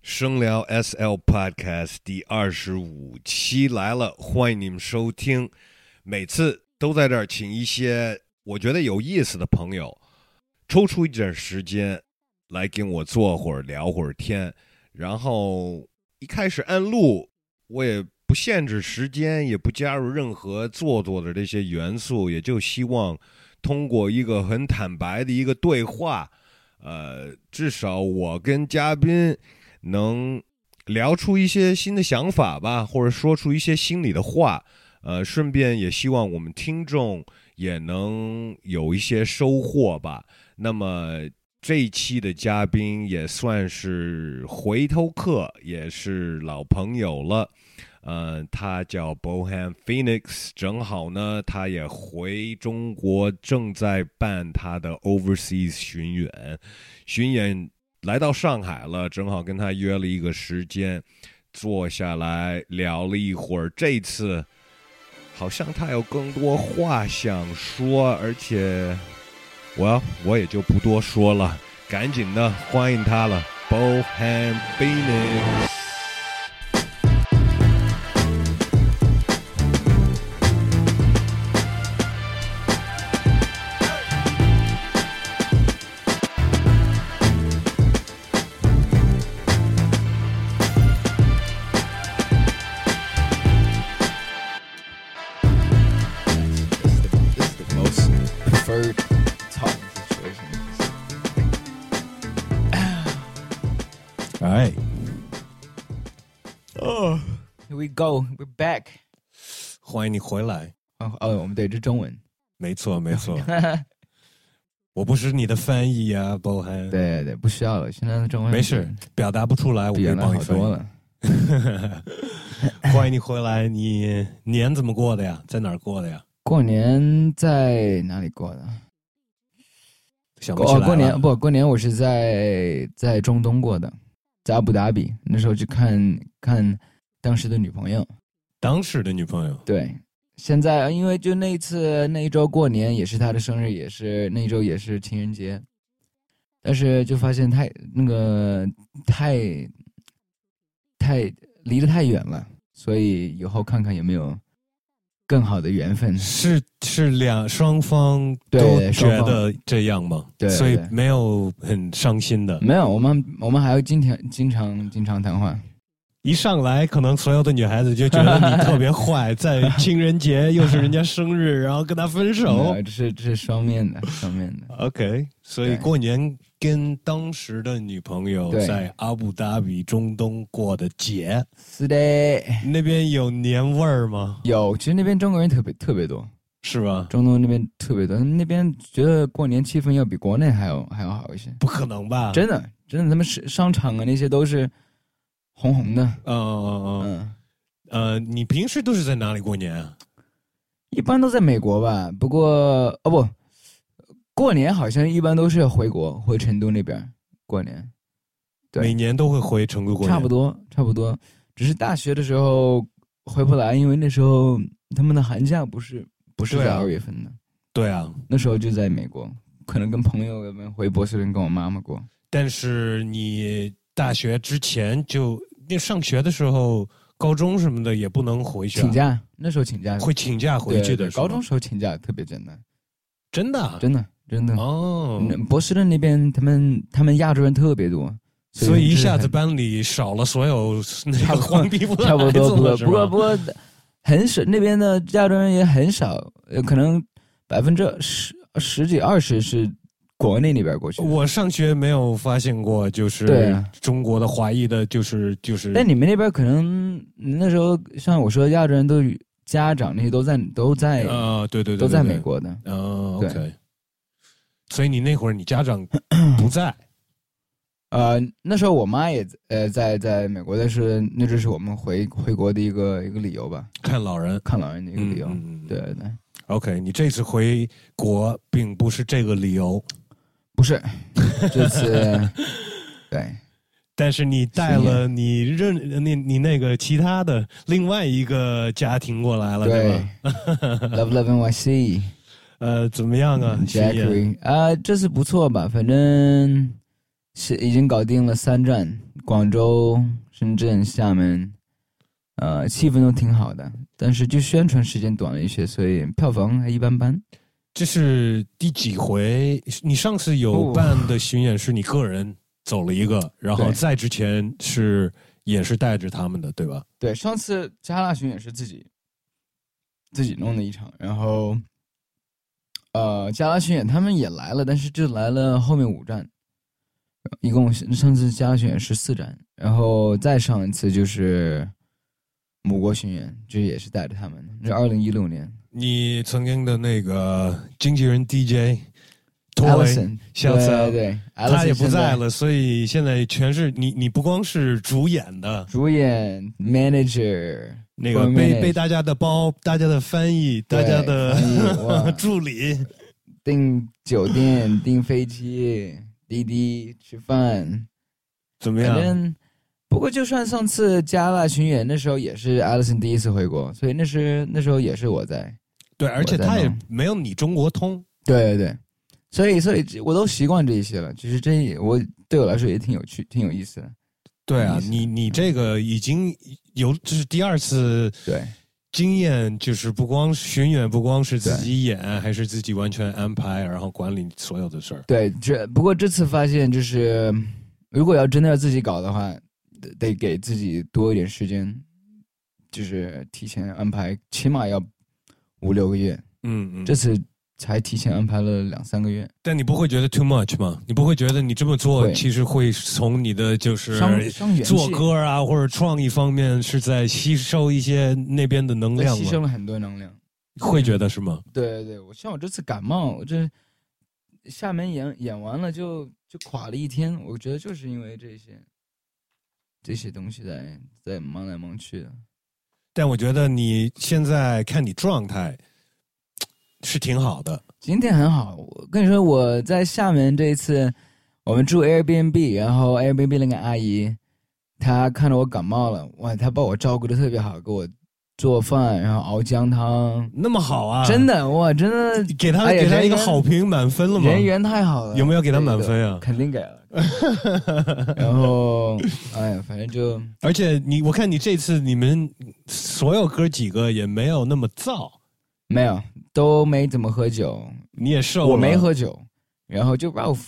声聊 SL Podcast 第25期来了，欢迎你们收听。每次都在这儿请一些我觉得有意思的朋友，抽出一点时间来跟我坐会儿聊会儿天。然后一开始按录，我也不限制时间，也不加入任何做作的这些元素，也就希望通过一个很坦白的一个对话，至少我跟嘉宾能聊出一些新的想法吧，或者说出一些心里的话，顺便也希望我们听众也能有一些收获吧。那么这一期的嘉宾也算是回头客，也是老朋友了。他叫 Bohan Phoenix， 正好呢，他也回中国，正在办他的 Overseas 巡演来到上海了，正好跟他约了一个时间，坐下来聊了一会儿。这次好像他有更多话想说，而且我也就不多说了，赶紧的欢迎他了 ，Bohan Phoenix。 Here we go, we're back. 欢迎你回来。 我们对，这中文。 没错。我不是你的翻译啊，Bohan。 对，不需要了。现在的中文没事，表达不出来，我可以帮你翻译。 了。 欢迎你回来。你年怎么过的呀？在哪儿过的呀？ 过年在哪里过的？ 想不起来了。 过年我是在中东过的，在阿布达比。那时候去看当时的女朋友。对，现在因为就那一周过年也是她的生日，也是那一周也是情人节，但是就发现太离得太远了，所以以后看看有没有更好的缘分。 是双方都觉得这样吗？ 对， 所以没有很伤心的。 没有，我们还要经常谈话。 一上来，可能所有的女孩子就觉得你特别坏，在情人节又是人家生日，然后跟他分手。 这是双面的。 OK， 所以过年跟当时的女朋友在阿布达比中东过的节。 是的。 那边有年味儿吗？ 有，其实那边中国人特别多。 是吧？ 中东那边特别多，那边觉得过年气氛要比国内还要好一些。 不可能吧？ 真的，他们商场啊那些都是红红的。 你平时都是在哪里过年啊？ 一般都在美国吧，不过过年好像一般都是回成都那边过年。对， 每年都会回成都过年。 差不多，只是大学的时候回不来，因为那时候他们的寒假不是在2月份的。对啊，那时候就在美国，可能跟朋友们回波士顿跟我妈妈过。 但是你大学之前就上学的时候，高中什么的也不能回去。 请假，那时候请假会请假回去的。 对，高中时候请假特别简单。 真的？ 真的哦。 波士顿那边他们亚洲人特别多， 所以一下子班里少了所有那个黄皮肤的孩子了。 差不多。不过很少，那边的亚洲人也很少，可能10%几20%是国内那边过去的。 我上学没有发现过，就是中国的华裔的，就是。 但你们那边可能那时候像我说，亚洲人都家长那些都在对， 都在美国的。 OK。所以你那会儿你家长不在。 那时候我妈也在美国，但是那就是我们回国的一个理由吧， 看老人的一个理由。对。 OK， 你这次回国并不是这个理由。 不是，这次对。 但是你带了你那个其他的另外一个家庭过来了，对吧 ？Love NYC。 怎么样啊 ？Jackery 这次不错吧？反正已经搞定了3站，广州、深圳、厦门，气氛都挺好的，但是就宣传时间短了一些，所以票房还一般般。 这是第几回？你上次有办的巡演是你个人走了一个，然后在之前也是带着他们的，对吧？ 对，上次加拿大巡演是自己弄的一场，然后加拿大巡演他们也来了，但是就来了后面5站，一共上次加拿大巡演14站，然后再上一次就是母国巡演，这也是带着他们，是2016年。 你曾经的那个经纪人 DJ Allison， 下次对， 他也不在了，所以现在全是你不光是主演 manager， 那个背大家的包，大家的翻译，大家的助理， 订酒店，订飞机，滴滴吃饭， 怎么样？ 反正不过就算上次加拿大巡演那时候也是 Allison 第一次回国，所以那时候也是我在。 对，而且他也没有你中国通。 对对对，所以我都习惯这一些了。就是对我来说也挺有趣、挺有意思的。 对啊，你这个已经有这是第2次对经验，就是不光巡演，不光是自己演，还是自己完全安排，然后管理所有的事儿。 对，不过这次发现就是，如果真的要自己搞的话，得给自己多一点时间，就是提前安排，起码要5-6个月。这次才提前安排了2-3个月。 但你不会觉得 too much 吗？你不会觉得你这么做其实会从你的就是做歌啊或者创意方面是在吸收一些那边的能量吗？ 吸收了很多能量。 会觉得是吗？ 对对对，像我这次感冒，我这厦门演完了就垮了1天，我觉得就是因为这些东西在忙来忙去的。 但我觉得你现在看你状态是挺好的， 今天很好。我跟你说，我在厦门这一次，我们住 Airbnb， 然后 Airbnb 那个阿姨，她看到我感冒了，哇，她把我照顾得特别好，给我做饭，然后熬姜汤， 那么好啊！ 真的，哇，真的给她一个好评，满分了吗？ 人缘太好了， 有没有给她满分啊？ 肯定给了。然后，哎呀，反正就， 而且我看你这次你们所有哥几个也没有那么燥， 没有，都没怎么喝酒。 你也瘦了， 我没喝酒，然后就 Ralph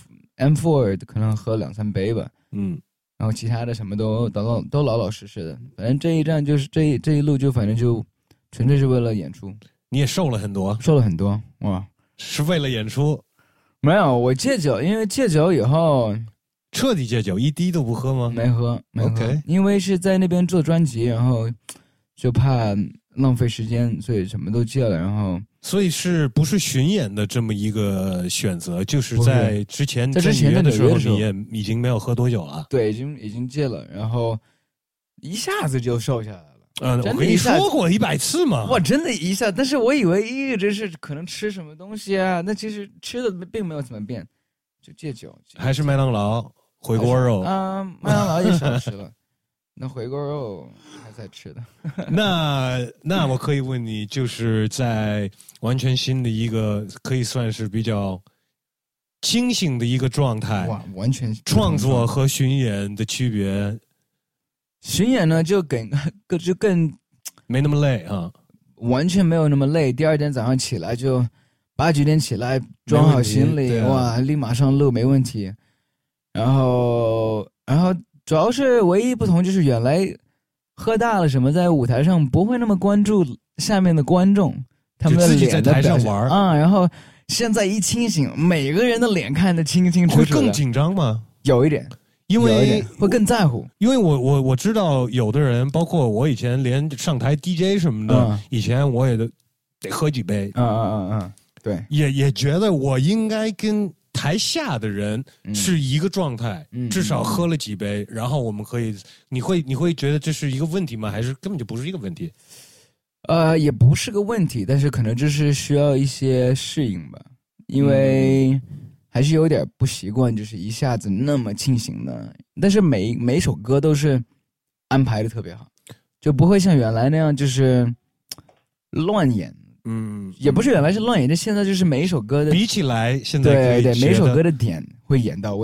M4 可能喝2-3杯吧，然后其他的什么都老老实实的。反正这一站就是这一路就反正就纯粹是为了演出。 你也瘦了很多， 哇！ 是为了演出？ 没有，我戒酒，因为戒酒以后彻底戒酒，一滴都不喝吗？ 没喝。 Okay. 因为是在那边做专辑，然后就怕浪费时间，所以什么都戒了。然后， 所以是不是巡演的这么一个选择？就是在之前的时候，你也已经没有喝多久了。 对，已经戒了，然后一下子就瘦下来了。 我跟你说过100次嘛。 哇，真的一下，但是我以为一直是可能吃什么东西啊，那其实吃的并没有怎么变，就戒酒。 还是麦当劳回锅肉麦当劳也少吃了，那回锅肉还在吃的。 那我可以问你，就是在完全新的一个可以算是比较清醒的一个状态， 哇，完全创作和巡演的区别。 巡演呢就更没那么累啊， 完全没有那么累。第2天早上起来就8-9点起来，装好行李，哇，立马上路没问题。然后主要是唯一不同就是原来喝大了什么，在舞台上不会那么关注下面的观众，他们的脸的在台上玩啊。然后现在一清醒，每个人的脸看得清清楚楚的。 会更紧张吗？ 有一点。 因为会更在乎， 因为我知道有的人，包括我以前连上台 DJ 什么的，以前我也得喝几杯， 对， 也觉得我应该跟台下的人是一个状态，至少喝了几杯，然后我们可以，你会觉得这是一个问题吗？还是根本就不是一个问题？ 也不是个问题，但是可能就是需要一些适应吧，因为。还是有点不习惯，就是一下子那么清醒的，但是每首歌都是安排的特别好，就不会像原来那样就是乱演。也不是原来是乱演，就现在就是每一首歌的比起来，现在对每一首歌的点会演到位，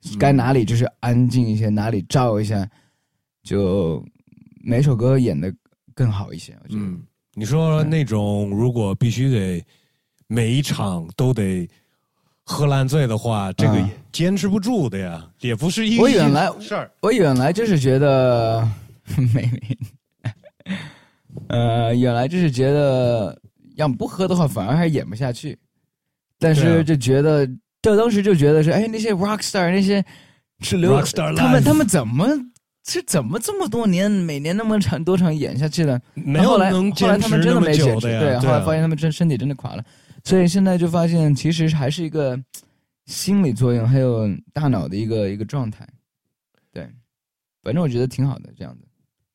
该哪里就是安静一些，哪里照一下，就每首歌演得更好一些。我觉得你说那种如果必须得每一场都得喝烂醉的话，这个也坚持不住的呀，也不是一个事儿。 我原来就是觉得原来就是觉得要不喝的话反而还演不下去，但是就觉得就当时就觉得是那些 rockstar 那些是他们怎么这么多年每年那么多场演下去的？后来他们真的没坚持，对，后来发现他们身体真的垮了，所以现在就发现其实还是一个心理作用还有大脑的一个状态。对，反正我觉得挺好的这样子。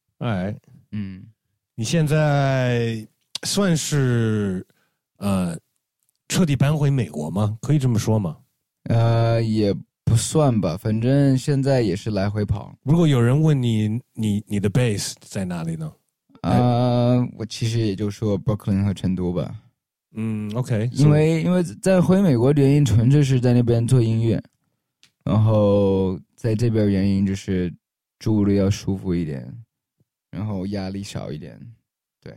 你现在算是彻底搬回美国吗？可以这么说吗？ 也不算吧，反正现在也是来回跑。 如果有人问你的 base 在哪里呢？ 我其实也就说 Brooklyn 和成都吧。 OK。 因为在回美国的原因纯粹是在那边做音乐，然后在这边原因就是住的要舒服一点，然后压力少一点。对，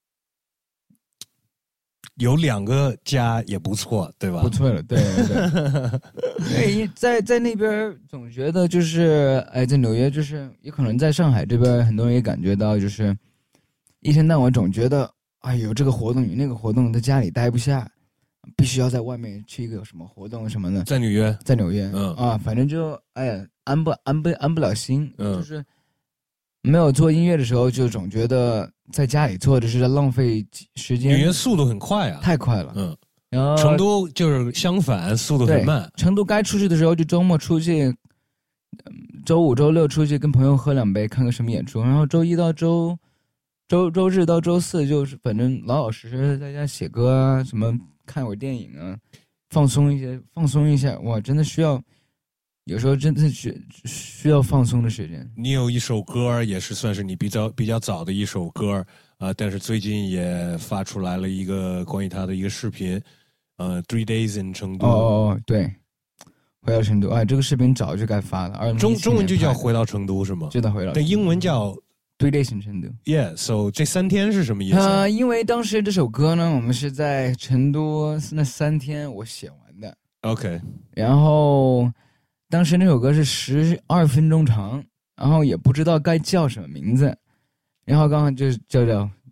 有2个家也不错，对吧？ 不错了，对。因为在那边总觉得就是在纽约就是也可能在上海这边很多人也感觉到就是一天到晚总觉得有这个活动有那个活动，在家里待不下，必须要在外面去一个有什么活动什么的。 在纽约， 反正就安不了心，就是没有做音乐的时候，就总觉得在家里做的是在浪费时间。 纽约速度很快啊， 太快了。然后成都就是相反，速度很慢。 成都该出去的时候就周末出去，周五周六出去跟朋友喝2杯，看个什么演出，然后周一到周日到周四就是反正老老实实在家写歌啊，什么看会儿电影啊，放松一下。哇，真的需要。有时候真的需要放松的时间。 你有一首歌也是算是你比较早的一首歌但是最近也发出来了一个关于他的一个视频，3 Days in 成都。 对，回到成都。这个视频早就该发了。 中文就叫回到成都是吗？ 就叫回到。 但英文叫 3 Days in 成都。 So 这3天是什么意思？ 因为当时这首歌呢，我们是在成都那3天我写完的。 OK。 然后。当时那首歌是12分钟长，然后也不知道该叫什么名字，然后刚刚就叫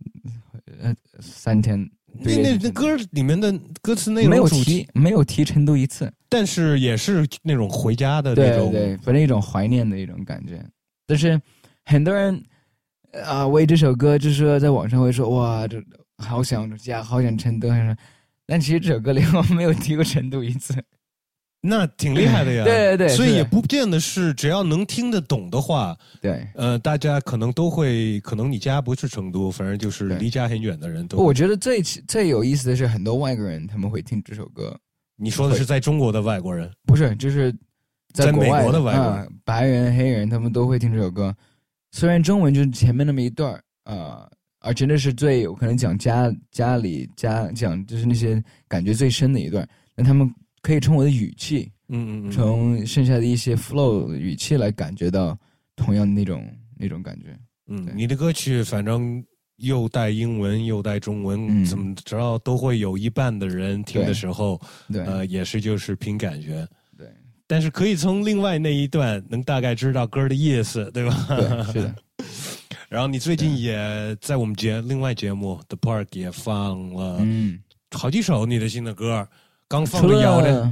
3天。 那歌里面的歌词内容没有提成都一次， 但是也是那种回家的那种， 对，反正一种怀念的一种感觉。但是很多人为这首歌就是说在网上会说哇，这好想家，好想成都，但其实这首歌里我没有提过成都一次。 那挺厉害的呀， 对， 所以也不见得是只要能听得懂的话， 对， 大家可能都会，可能你家不是成都，反正就是离家很远的人都。 我觉得最有意思的是很多外国人他们会听这首歌。 你说的是在中国的外国人？ 不是，就是在美国的外国人， 白人、黑人他们都会听这首歌。虽然中文就是前面那么一段而真的是最有可能讲家里讲就是那些感觉最深的一段，但他们。可以从我的语气，从剩下的一些 flow 语气来感觉到同样的那种感觉。 你的歌曲反正又带英文又带中文，怎么着都会有一半的人听的时候，也是就是凭感觉。 对， 但是可以从另外那一段能大概知道歌的意思，对吧？ 对，是的。 然后你最近也在我们另外节目 The Park 也放了好几首你的新的歌。刚放的摇的，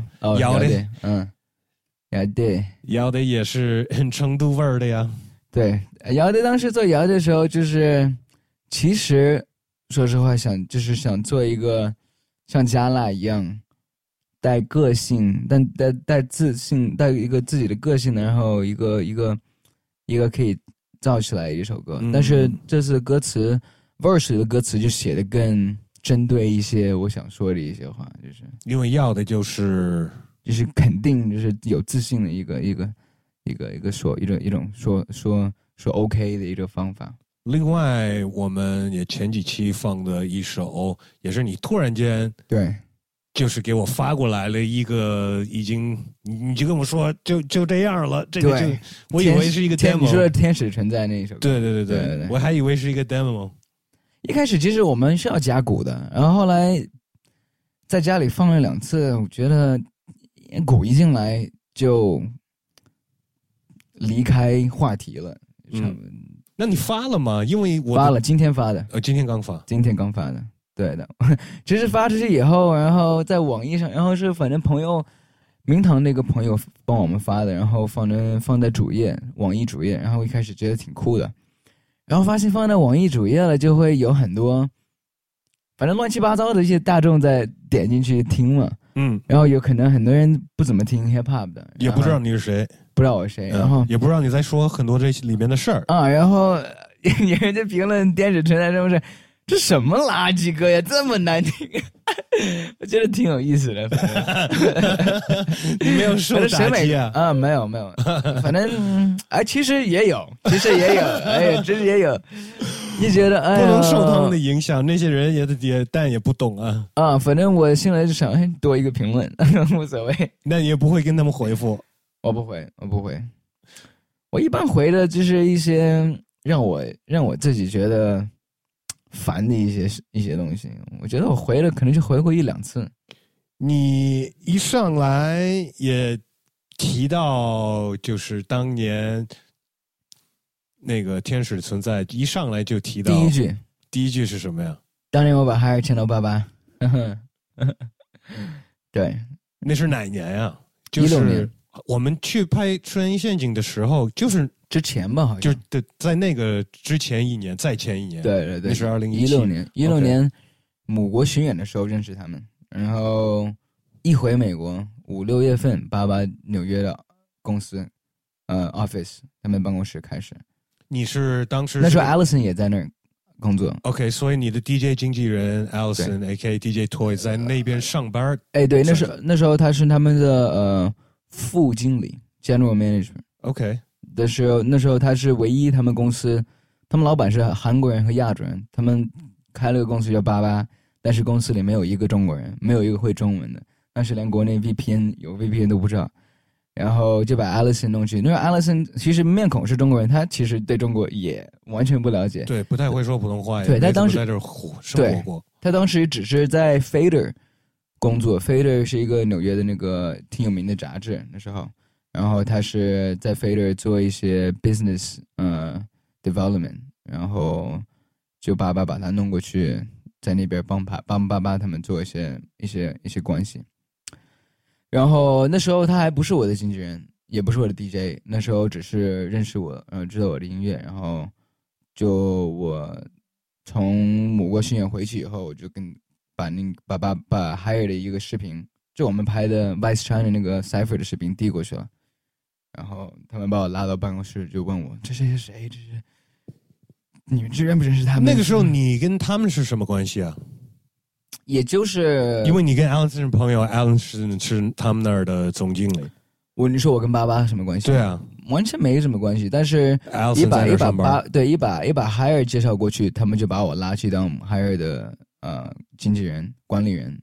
摇的也是很成都味儿的呀。 对，摇的当时做摇的时候，就是其实说实话想做一个像加纳一样带个性，但带自信，带一个自己的个性的，然后一个可以造起来一首歌。但是这次歌词 verse 里的歌词就写得更。针对一些我想说的一些话，就是因为要的就是肯定，就是有自信的一个说一种说 OK 的一个方法。 另外，我们也前几期放的一首，也是你突然间就是给我发过来了一个已经，你就跟我说就这样了，这个就我以为是一个 demo。 你说的天使存在那一首歌， 对，我还以为是一个 demo。 一开始其实我们是要加鼓的，然后后来在家里放了2次，我觉得鼓一进来就离开话题了。 那你发了吗？因为我发了，今天发的。 今天刚发的。对的，只是发出去以后，然后在网易上，然后是反正朋友明堂那个朋友帮我们发的，然后放在主页，网易主页，然后一开始觉得挺酷的，然后发现放在网易主页了，就会有很多反正乱七八糟的一些大众在点进去听嘛，然后有可能很多人不怎么听 hip hop 的， 也不知道你是谁， 不知道我是谁，然后也不知道你在说很多这里面的事儿啊，然后有人就评论天使存在是不是？这什么垃圾歌呀，这么难听！我觉得挺有意思的。 你没有受打击啊？ 没有，反正其实也有，哎，真也有。你觉得不能受他们的影响，那些人但也不懂啊。 反正我现在就想，多一个评论无所谓。 那你也不会跟他们回复？ 我不会。我一般回的就是一些让我自己觉得烦的一些东西，我觉得我回了可能就回过1-2次。 你一上来也提到，就是当年那个天使存在，一上来就提到第一句是什么呀？ 当年我把海尔牵到88。对， 那是哪一年呀？就是 16年。 我们去拍《春音陷阱》的时候，就是之前吧，好像就在那个之前1年，再前1年。 对， 那是2016 年。16年母国巡演的时候认识他们，然后一回美国5-6月份，88纽约的公司office 他们办公室开始。 你是当时那时候 Allison 也在那儿工作。 OK， 所以你的 DJ 经纪人 Allison A.K.A. DJ Toy 在那边上班。 对，那时候他是他们的副经理 General Manager。OK。那时候他是唯一，他们公司他们老板是韩国人和亚洲人，他们开了个公司叫88，但是公司里没有一个中国人，没有一个会中文的，但是连国内 VPN 都不知道，然后就把 Allison 弄去。因为 Allison 其实面孔是中国人，他其实对中国也完全不了解， 对，不太会说普通话， 对，他当时在这儿生活过， 他当时只是在 Fader 工作。 Fader 是一个纽约的那个挺有名的杂志那时候，然后他是在 Fader 做一些 business development， 然后就把他弄过去，在那边帮88他们做一些关系。然后那时候他还不是我的经纪人，也不是我的 DJ， 那时候只是认识我，知道我的音乐。然后就我从母国巡演回去以后，我就把 Hire 的一个视频，就我们拍的 Vice China 那个 Cypher 的视频递过去了。然后他们把我拉到办公室，就问我这是谁？这是你们认不认识他们？ 那个时候你跟他们是什么关系啊？ 也就是因为你跟 Alan 是朋友 ，Alan 是他们那儿的总经理。 你说我跟88什么关系？ 对啊， 完全没什么关系。但是一把 Hire 介绍过去，他们就把我拉去当 Hire 的经纪人、管理人。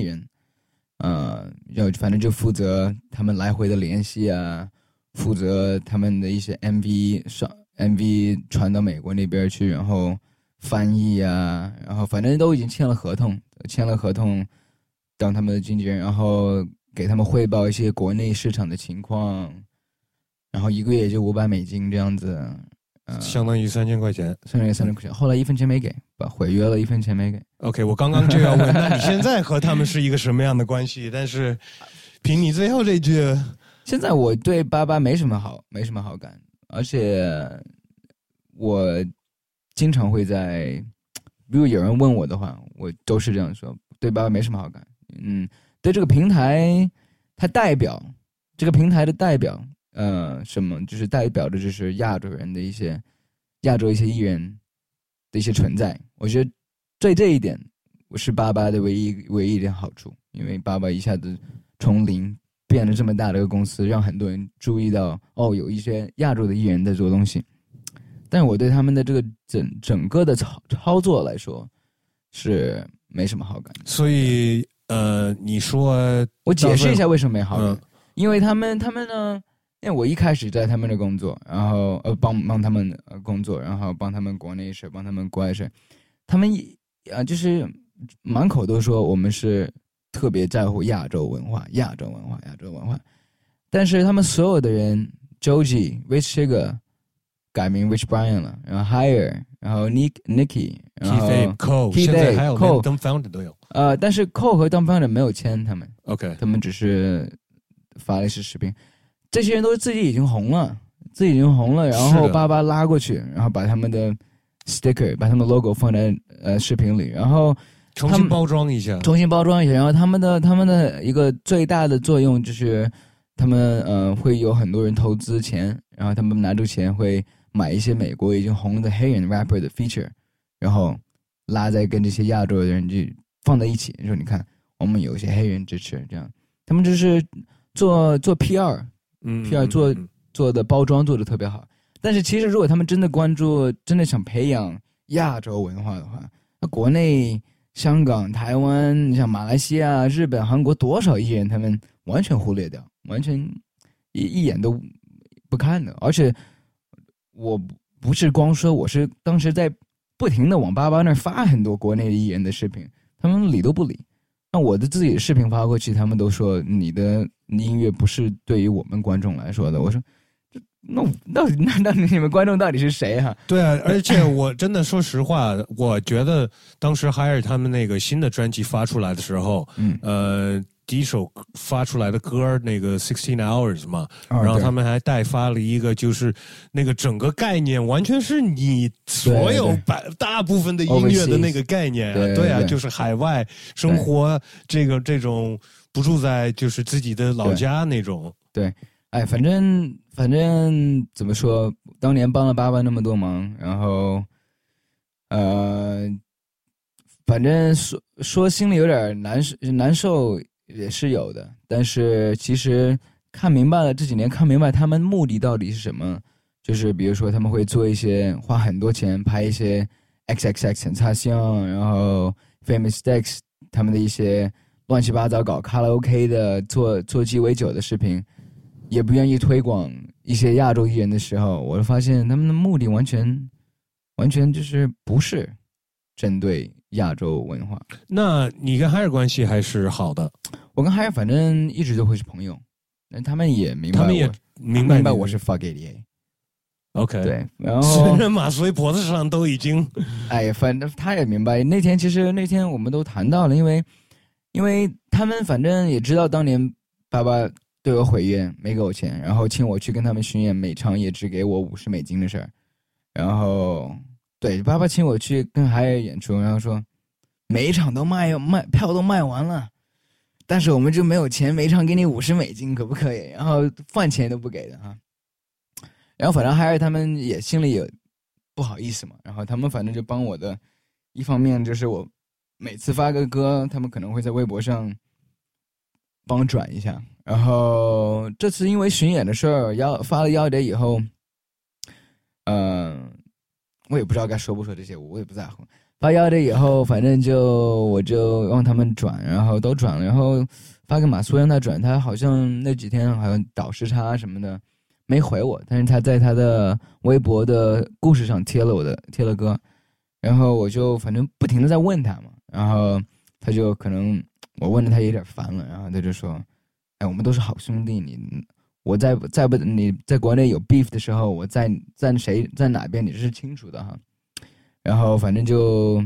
反正就负责他们来回的联系啊，负责他们的一些 MV 传到美国那边去，然后翻译啊，然后反正都已经签了合同当他们的经纪人，然后给他们汇报一些国内市场的情况，然后1个月就$500这样子， 相当于3000块钱， 后来1分钱没给，毁约了，1分钱没给。 OK， 我刚刚就要问，那你现在和他们是一个什么样的关系？但是凭你最后这句， 现在我对88没什么好感，而且我经常会比如有人问我的话，我都是这样说，对88没什么好感。对这个平台，它这个平台的代表，什么就是代表的就是亚洲一些艺人的一些存在。我觉得对这一点，我是88的唯一一点好处，因为88一下子从零变了这么大的一个公司，让很多人注意到有一些亚洲的艺人在做东西。但是我对他们的这个整个的操作来说是没什么好感。 所以你说我解释一下为什么没好运，因为他们呢，因为我一开始在他们的工作，然后帮他们工作，然后帮他们国内事，帮他们国外事，他们就是满口都说我们是特别在乎亚洲文化，但是他们所有的人 Joji、Rich Sugar 改名 Rich Brian 了，然后 Higher， 然后 Nicky， 然后 Cole， 现在还有 Dumbfounded 都有。 但是 Cole 和 Dumbfounded 没有签他们 ，OK， 他们只是发了一些视频。这些人都是自己已经红了，然后爸爸拉过去，然后把他们的 sticker， 把他们的 logo 放在视频里，然后重新包装一下， 然后他们的一个最大的作用就是他们会有很多人投资钱，然后他们拿出钱会买一些美国已经红的黑人 rapper 的 feature， 然后拉在跟这些亚洲的人就放在一起，说你看我们有一些黑人支持，这样他们就是做 PR，PR 做的包装做的特别好。但是其实如果他们真的关注，真的想培养亚洲文化的话，那国内香港、台湾，像马来西亚、日本、韩国多少艺人他们完全忽略掉，完全一眼都不看的。而且我不是光说，我是当时在不停的往爸爸那儿发很多国内的艺人的视频，他们理都不理。那我的自己的视频发过去，他们都说你的音乐不是对于我们观众来说的。我说那你们观众到底是谁啊？ 对啊，而且我真的说实话，我觉得当时海尔他们那个新的专辑发出来的时候，第一首发出来的歌那个 16 Hours 嘛，然后他们还代发了一个，就是那个整个概念完全是你所有大部分的音乐的那个概念啊，对啊，就是海外生活这种不住在就是自己的老家那种， 对。哎，反正怎么说，当年帮了爸爸那么多忙，然后，反正说心里有点难受也是有的，但是其实看明白了，这几年看明白他们目的到底是什么，就是比如说他们会做一些花很多钱拍一些 XXX Tentacion，然后 Famous Dex 他们的一些乱七八糟搞卡拉 OK 的做鸡尾酒的视频。也不愿意推广一些亚洲艺人的时候，我就发现他们的目的完全就是不是针对亚洲文化。 那你跟海尔关系还是好的？ 我跟海尔反正一直都会是朋友，他们也明白我是 fuck ADA。OK， 对，然后虽然马思唯脖子上都已经， 哎，反正他也明白。那天我们都谈到了，因为他们反正也知道当年爸爸对我毁约，没给我钱，然后请我去跟他们巡演，每场也只给我$50的事儿。然后对，爸爸请我去跟海尔演出，然后说每一场都票都卖完了，但是我们就没有钱，每一场给你$50，可不可以？然后饭钱都不给的哈。然后反正海尔他们也心里有不好意思嘛，然后他们反正就帮我的，一方面就是我每次发个歌，他们可能会在微博上帮我转一下。然后这次因为巡演的事儿，发了1点以后，我也不知道该说不说这些，我也不在乎。发1点以后，反正我就让他们转，然后都转了，然后发给马苏让他转，他好像那几天好像倒时差什么的，没回我，但是他在他的微博的故事上贴了歌，然后我就反正不停的在问他嘛，然后他就可能我问的他有点烦了，然后他就说。我们都是好兄弟，你在国内有 beef 的时候，我在哪边你是清楚的哈。然后反正就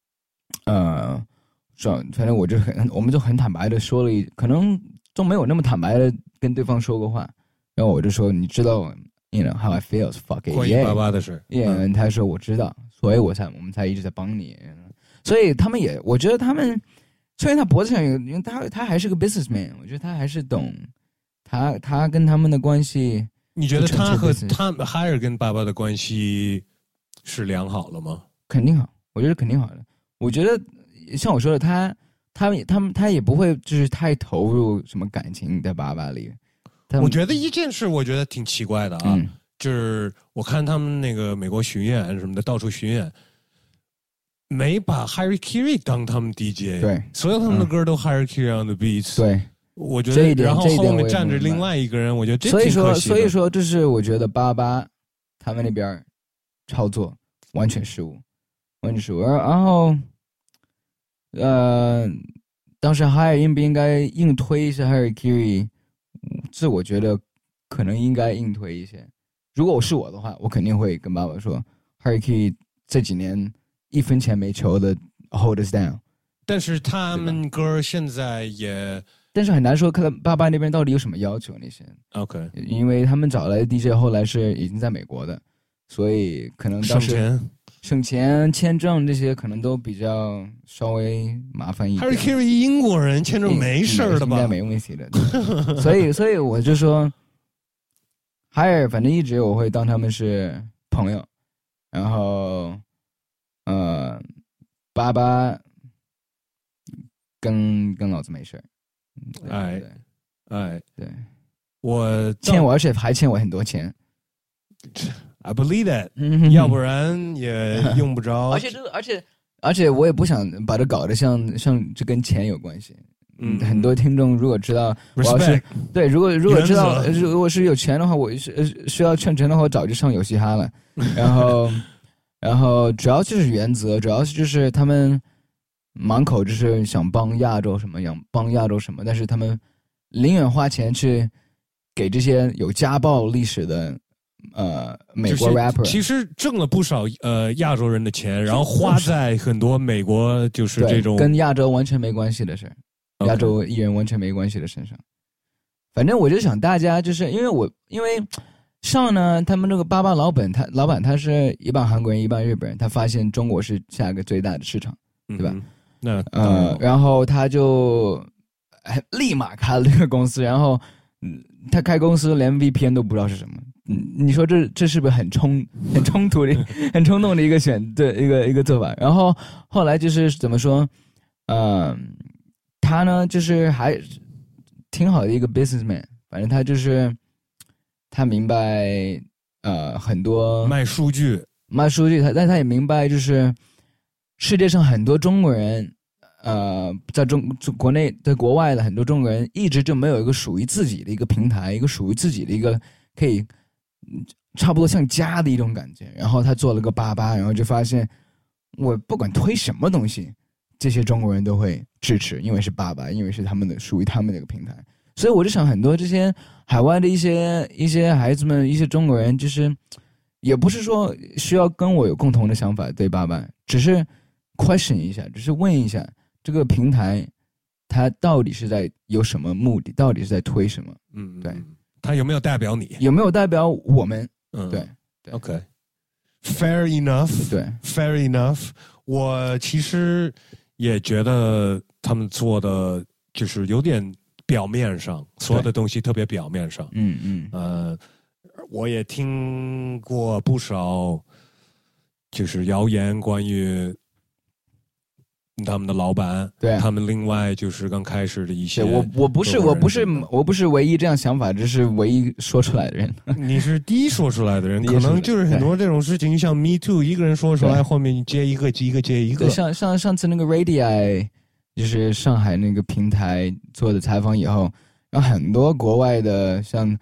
反正我们就很坦白的说了可能都没有那么坦白的跟对方说过话。然后我就说你知道 you know how I feel fuck it 关于爸爸的事。 他说我知道，所以我们才一直在帮你。所以他们也，我觉得他们。虽然他脖子上有，因为他还是个 businessman， 我觉得他还是懂他跟他们的关系。 你觉得他和海尔跟爸爸的关系是良好了吗？ 肯定好，我觉得肯定好的。我觉得像我说的，他也不会就是太投入什么感情在爸爸里。 我觉得一件事，我觉得挺奇怪的啊，就是我看他们那个美国巡演什么的，到处巡演。 没把 Harikiri 当他们 DJ， 对， 所有他们的歌都 Harikiri on the beats， 对， 我觉得，然后后面站着另外一个人，我觉得这挺可惜的。 所以说，这是我觉得88他们那边操作完全失误，完全失误。然后，当时 Hire 应不应该硬推一下 Harikiri？这我觉得可能应该硬推一些。如果是我的话，我肯定会跟爸爸说 ，Harikiri 这几年1分钱没求的 hold us down。 但是他们歌现在也， 但是很难说，看爸爸那边到底有什么要求那些。 OK， 因为他们找来的 DJ 后来是已经在美国的，所以可能当时省钱、签证这些可能都比较稍微麻烦一点。 Harikiri 英国人签证没事的吧？ 应该没问题的。所以我就说 ，Hire 反正一直我会当他们是朋友，然后88跟老子没事。对， 我欠我，而且还欠我很多钱。 I believe that， 要不然也用不着。 而且我也不想把它搞得像这跟钱有关系。很多听众如果知道我要是对，如果知道如果是有钱的话，我需要劝钱的话，我早就上有嘻哈了。然后主要就是原则，主要就是他们满口就是想帮亚洲什么，但是他们宁愿花钱去给这些有家暴历史的美国 rapper， 其实挣了不少亚洲人的钱，然后花在很多美国就是这种跟亚洲完全没关系的事，亚洲艺人完全没关系的身上。反正我就想大家就是因为上呢，他们这个88老板他是一半韩国人一半日本人，他发现中国是下一个最大的市场，对吧？然后他就立马开了这个公司，然后他开公司连 VPN 都不知道是什么。你说这是不是很冲突的、很冲动的一个一个做法？然后后来就是怎么说？他呢就是还挺好的一个 businessman， 反正他就是他明白很多卖数据， 但他也明白就是世界上很多中国人。在国内在国外的很多中国人一直就没有一个属于自己的一个平台，一个属于自己的一个可以差不多像家的一种感觉。然后他做了个88，然后就发现我不管推什么东西，这些中国人都会支持，因为是88，因为是他们的属于他们的一个平台。所以我就想很多这些海外的一些孩子们，一些中国人，就是也不是说需要跟我有共同的想法对88，只是 question 一下，只是问一下。这个平台，它到底是在有什么目的？到底是在推什么？对， 它有没有代表你？ 有没有代表我们？对 ，OK，fair enough， 对 ，fair enough。我其实也觉得他们做的就是有点表面上，所有的东西特别表面上。我也听过不少，就是谣言关于。他们的老板， 对他们另外就是刚开始的一些， 我不是唯一这样想法，这是唯一说出来的人。 你是第一说出来的人，可能就是很多这种事情，像 Me Too， 一个人说出来，后面接一个接一个。 像上次那个 Radii， 就是上海那个平台做的采访以后，然后很多国外的像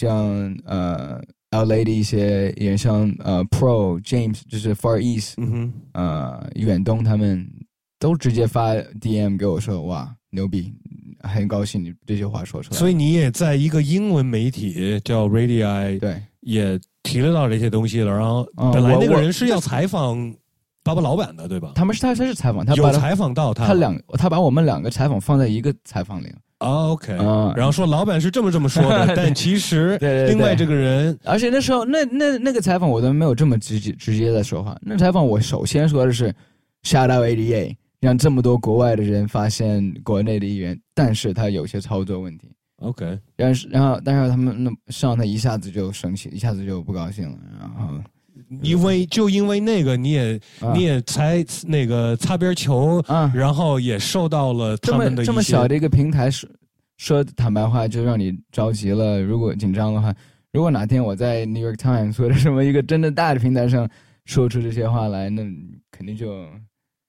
LA 的一些人，像Pro James， 就是 Far East， 远东他们。都直接发 DM 给我说，哇，牛逼，很高兴你这些话说出来。 所以你也在一个英文媒体叫 Radii， 对， 也提得到这些东西了。然后本来那个人是要采访88老板的，对吧？ 他是采访他， 有采访到他把我们两个采访放在一个采访里。 OK，然后说老板是这么说的，但其实另外这个人， 而且那时候那个采访我都没有这么直接的说话。那采访我首先说的是 shout out ADA。让这么多国外的人发现国内的艺人，但是他有些操作问题。 OK， 但是他们他一下子就生气，一下子就不高兴了。然后因为那个你也才那个擦边球，然后也受到了他们的这么小的一个平台说坦白话就让你着急了。如果紧张的话，如果哪天我在 New York Times 或者什么一个真的大的平台上说出这些话来，那肯定就。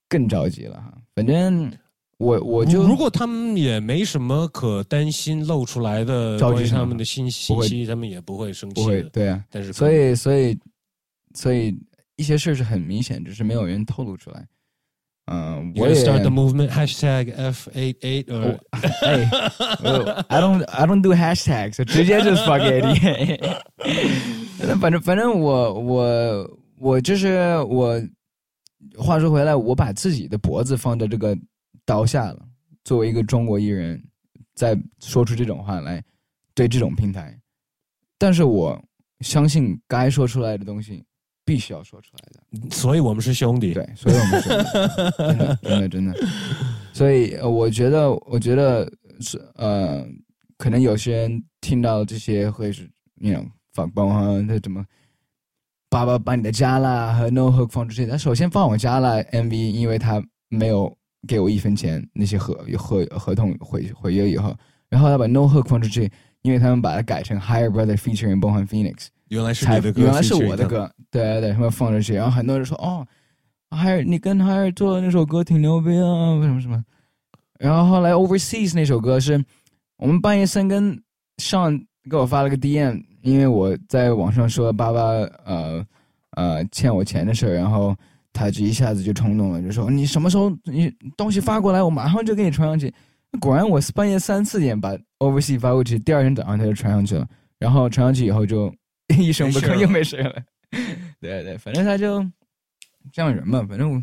更着急了哈。反正我就如果他们也没什么可担心露出来的关于他们的信息，他们也不会生气的。 不会，对啊。 但是所以一些事是很明显，只是没有人透露出来。 我也 start the movement #F88 or I don't do hashtags， 直接就 spaghetti。反正我就是我。话说回来，我把自己的脖子放在这个刀下了。作为一个中国艺人，再说出这种话来，对这种平台，但是我相信该说出来的东西必须要说出来的。 所以我们是兄弟。 对，所以我们是兄弟，真的。所以我觉得是可能有些人听到这些会是反包括他怎么。爸爸把你的加拉和 No Hook 放出去，他首先放我加拉 MV， 因为他没有给我1分钱，那些合同毁约以后，然后他把 No Hook 放出去，因为他们把它改成 Higher Brother featuring Bohan Phoenix， 原来是你的歌， 原来是我的歌，对，他们放出去，然后很多人说Higher 你跟 Higher 做的那首歌挺牛逼啊，什么，然后后来 Overseas 那首歌是我们半夜3更上给我发了个 DM。因为我在网上说爸爸欠我钱的事，然后他就一下子就冲动了，就说你什么时候你东西发过来，我马上就给你传上去。果然我半夜3、4点把 Overseas 发过去，第二天早上他就传上去了，然后传上去以后就一声不吭又没事了。对，反正他就这样人嘛，反正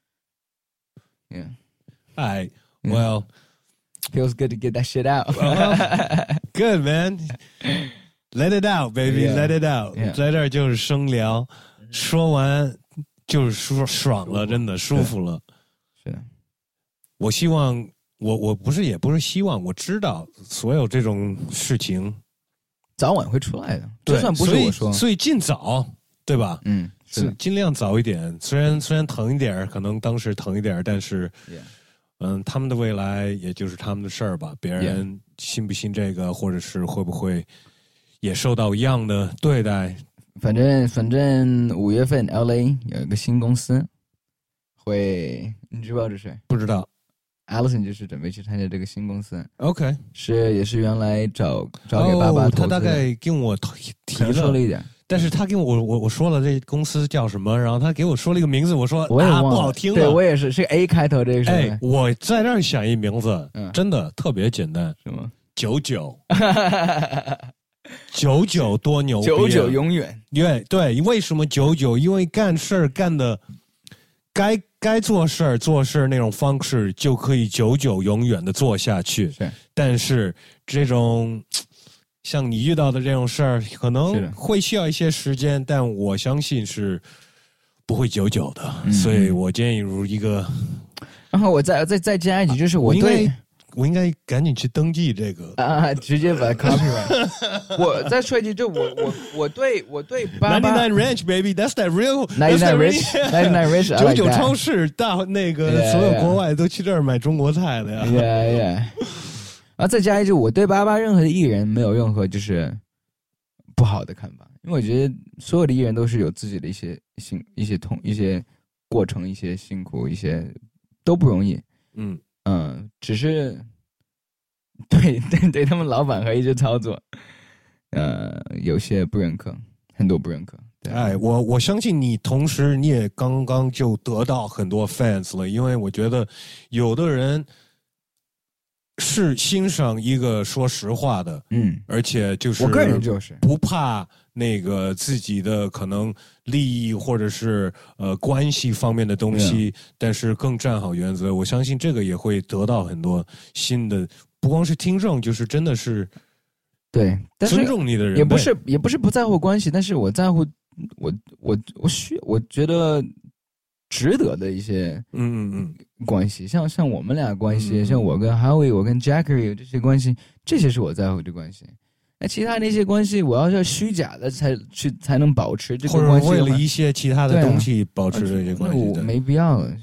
I well feels good to get that shit out. Good man.Let it out, baby. Let it out. 在这儿就是生聊，说完就是说爽了，真的舒服了。 是的， 我希望我不是也不是希望，我知道所有这种事情早晚会出来的，就算不是我说， 所以尽早，对吧？ 是尽量早一点。虽然疼一点，可能当时疼一点，但是他们的未来也就是他们的事儿吧。别人信不信这个，或者是会不会？也受到一样的对待。 反正5月份 LA 有一个新公司会，你知不知道这是？ 不知道。 Allison 就是准备去参加这个新公司。 OK， 也是原来找给爸爸投资的。 他大概跟我提了说了一点， 但是他跟我说了这公司叫什么，然后他给我说了一个名字，我说我也忘了， 不好听了。 对，我也是 A 开头这个。 我在这儿想一名字，真的特别简单， 什么 ？99。99多牛逼 ！99永远。 对，为什么99？因为干事儿干的该做事那种方式就可以99永远的做下去。 是， 但是这种像你遇到的这种事儿，可能会需要一些时间，但我相信是不会99的。所以我建议如一个。 然后我再加一句，就是我应该赶紧去登记这个直接把 copyright。我再说一句，就我对爸爸 99 Ranch baby, that's that real 99 Ranch 99超市大那个所有国外都去这儿买中国菜的呀。 然后再加一句，我对爸爸任何的艺人没有任何就是不好的看法，因为我觉得所有的艺人都是有自己的一些痛、一些过程、一些辛苦、一些都不容易。只是对他们老板和一些操作，有些不认可，很多不认可。 对，我相信你，同时你也刚刚就得到很多 fans 了，因为我觉得有的人是欣赏一个说实话的，而且就是我个人就是不怕那个自己的可能利益或者是关系方面的东西，但是更站好原则。我相信这个也会得到很多新的，不光是听众，就是真的是对尊重你的人， 也不是不在乎关系，但是我在乎我觉得值得的一些关系，像我们俩关系，像我跟 Howie 我跟 Jackery 这些关系，这些是我在乎的关系。那其他那些关系，我要是虚假的才能保持这个关系， 或者为了一些其他的东西保持这些关系的， 没必要了。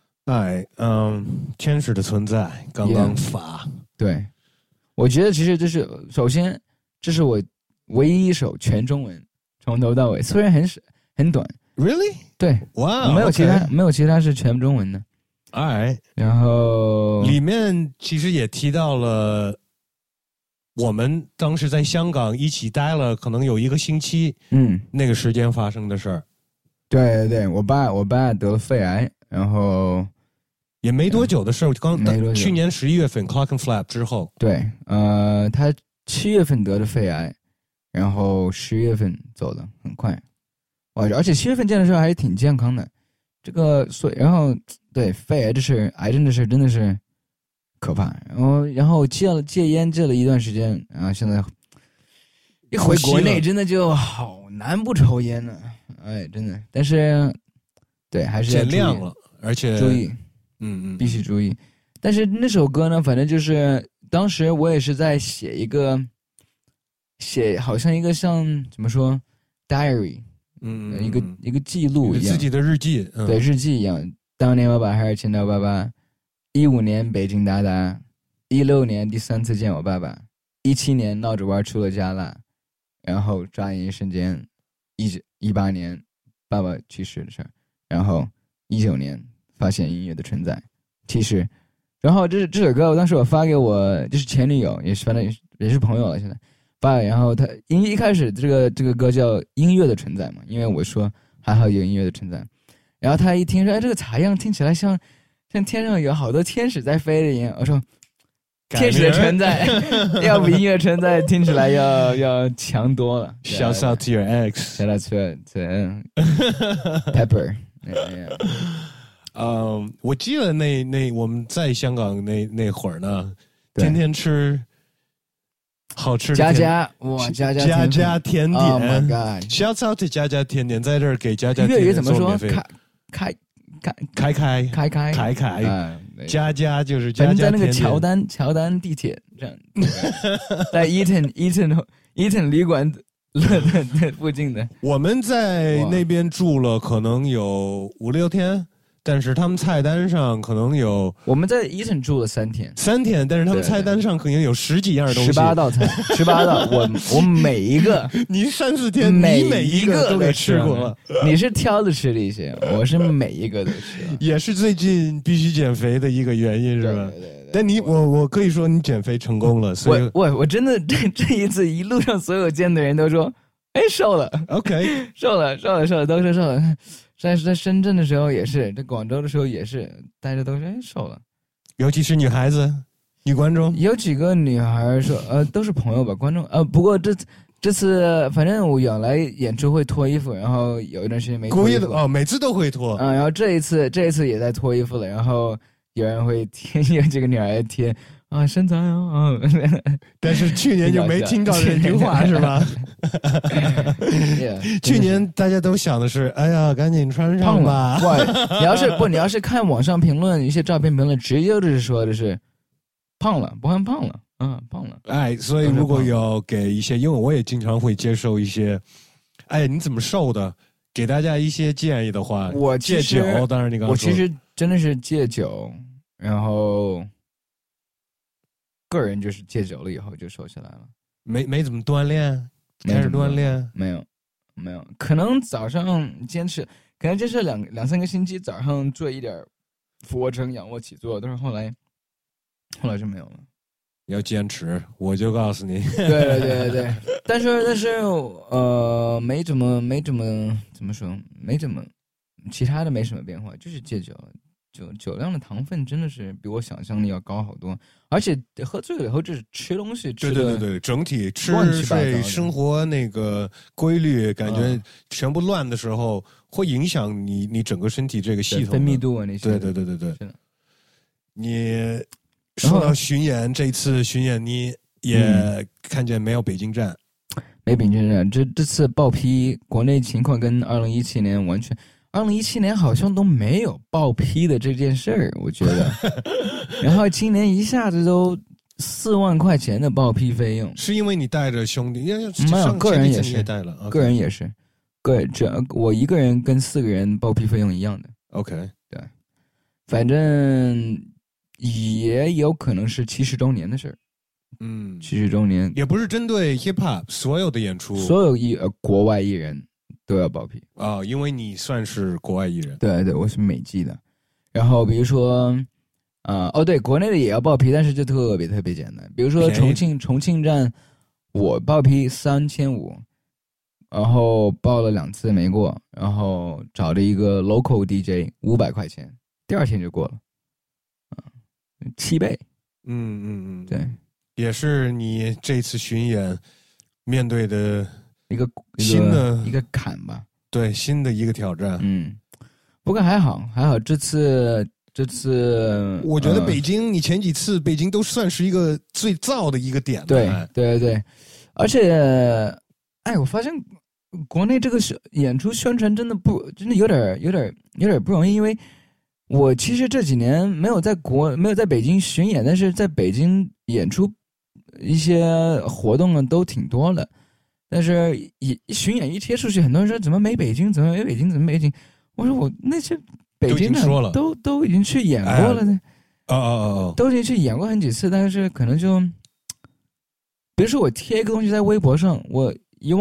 天使的存在刚刚发， 对，我觉得其实就是首先，这是我唯一一首全中文，从头到尾，虽然很短。 Really？ 对， 哇， 没有其他是全中文的。 哎， 然后里面其实也提到了我们当时在香港一起待了可能有1个星期，那个时间发生的事儿。 对对对，我爸得了肺癌，然后也没多久的事儿，去年11月份 Clock and Flap 之后。 对，他7月份得的肺癌，然后10月份走的，很快。而且7月份见的时候还是挺健康的。这个然后对肺癌这事，癌症的事真的是可怕。然后戒烟戒了一段时间，然后现在一回国内真的就好难不抽烟呢。哎，真的。但是对还是要减量了，而且注意，必须注意。但是那首歌呢，反正就是当时我也是在写好像一个像怎么说 diary。一个记录一样， 自己的日记， 对，日记一样。当年我把海尔牵到爸爸，15年北京达达，16年第3次见我爸爸，17年闹着玩出了加辣，然后转眼一瞬间，18年爸爸去世的事儿，然后19年发现音乐的存在。其实，然后这首歌当时我发给我就是前女友，也是反正也是朋友了，现在。然后他一开始这个歌叫音乐的存在嘛，因为我说还好有音乐的存在，然后他一听说，哎，这个采样听起来像天上有好多天使在飞的一样，我说天使的存在要比音乐存在听起来要强多了。 Shout out to your ex. Shout out to Pepper. 我记得那我们在香港那会儿呢，天天吃。好吃的家家甜点 ，Oh my God！Shout out to 家家甜点，在这儿给家家甜点粤语怎么说？ 开，家家就是家家甜点。 反正在那个乔丹地铁这样，在 Eaton 旅馆附近的。 我们在那边住了可能有5、6天。但是他们菜单上可能有， 我们在Eaton住了3天， 但是他们菜单上可能有10几样东西 ，18道菜，18道，我每一个， 你3、4天，你每一个都给吃过了， 你是挑着吃的一些，我是每一个都吃了， 也是最近必须减肥的一个原因，是吧？ 对。 但我可以说你减肥成功了，所以我真的这一次一路上所有见的人都说，哎，瘦了 ，OK， 瘦了，都说瘦了。在深圳的时候也是，在广州的时候也是，大家都说瘦了， 尤其是女孩子、女观众， 有几个女孩说，都是朋友吧，观众，不过这次反正我原来演出会脱衣服，然后有一段时间没脱衣服， 故意的每次都会脱， 然后这一次也在脱衣服了，然后有人会贴，有几个女孩贴。身材但是去年就没听到这句话是吧？去年大家都想的是，哎呀，赶紧穿上吧。 你要是看网上评论一些照片评论，直接就是说的是胖了，不看胖了，胖了。 哎，所以如果有给一些，因为我也经常会接受一些，哎，你怎么瘦的？给大家一些建议的话， 我戒酒，当然你刚刚说， 我其实真的是戒酒，然后。个人就是戒酒了以后就瘦下来了， 没怎么锻炼，开始锻炼没有，可能早上坚持两3个星期，早上做一点俯卧撑、仰卧起坐，但是后来就没有了。 要坚持，我就告诉你。 对，但是没怎么说，其他的没什么变化，就是戒酒。酒量的糖分真的是比我想象的要高好多，而且喝醉了以后就是吃东西吃的， 对，整体吃睡生活那个规律感觉全部乱的时候，会影响你整个身体这个系统分泌度啊那些。 对，是的。你说到巡演，这次巡演你也看见没有北京站？ 没北京站，这次报批国内情况跟2017年完全。2017年好像都没有报批的这件事儿，我觉得。然后今年一下子都4万块钱的报批费用， 是因为你带着兄弟？ 没有，个人也是带了， 个人也是，我一个人跟4个人报批费用一样的。 OK， 对，反正也有可能是70周年的事儿。70周年也不是针对 hip hop 所有的演出， 所有国外艺人。都要报批因为你算是国外艺人。 对，我是美籍的。 然后比如说，对，国内的也要报批，但是就特别特别简单。比如说重庆站，我报批3500，然后报了2次没过，然后找了一个 local DJ 500块钱，第2天就过了，7倍。对， 也是你这次巡演面对的一个新的一个坎吧。 对，新的一个挑战。 不过还好，这次我觉得北京，你前几次北京都算是一个最燥的一个点。 对，而且，我发现国内这个演出宣传真的有点不容易，因为我其实这几年没有在北京巡演，但是在北京演出一些活动呢都挺多的，但是巡演一贴出去，很多人说怎么没北京？我说我那些北京的都已经去演过了呢。都已经去演过很几次，但是可能就，比如说我贴一个东西在微博上，我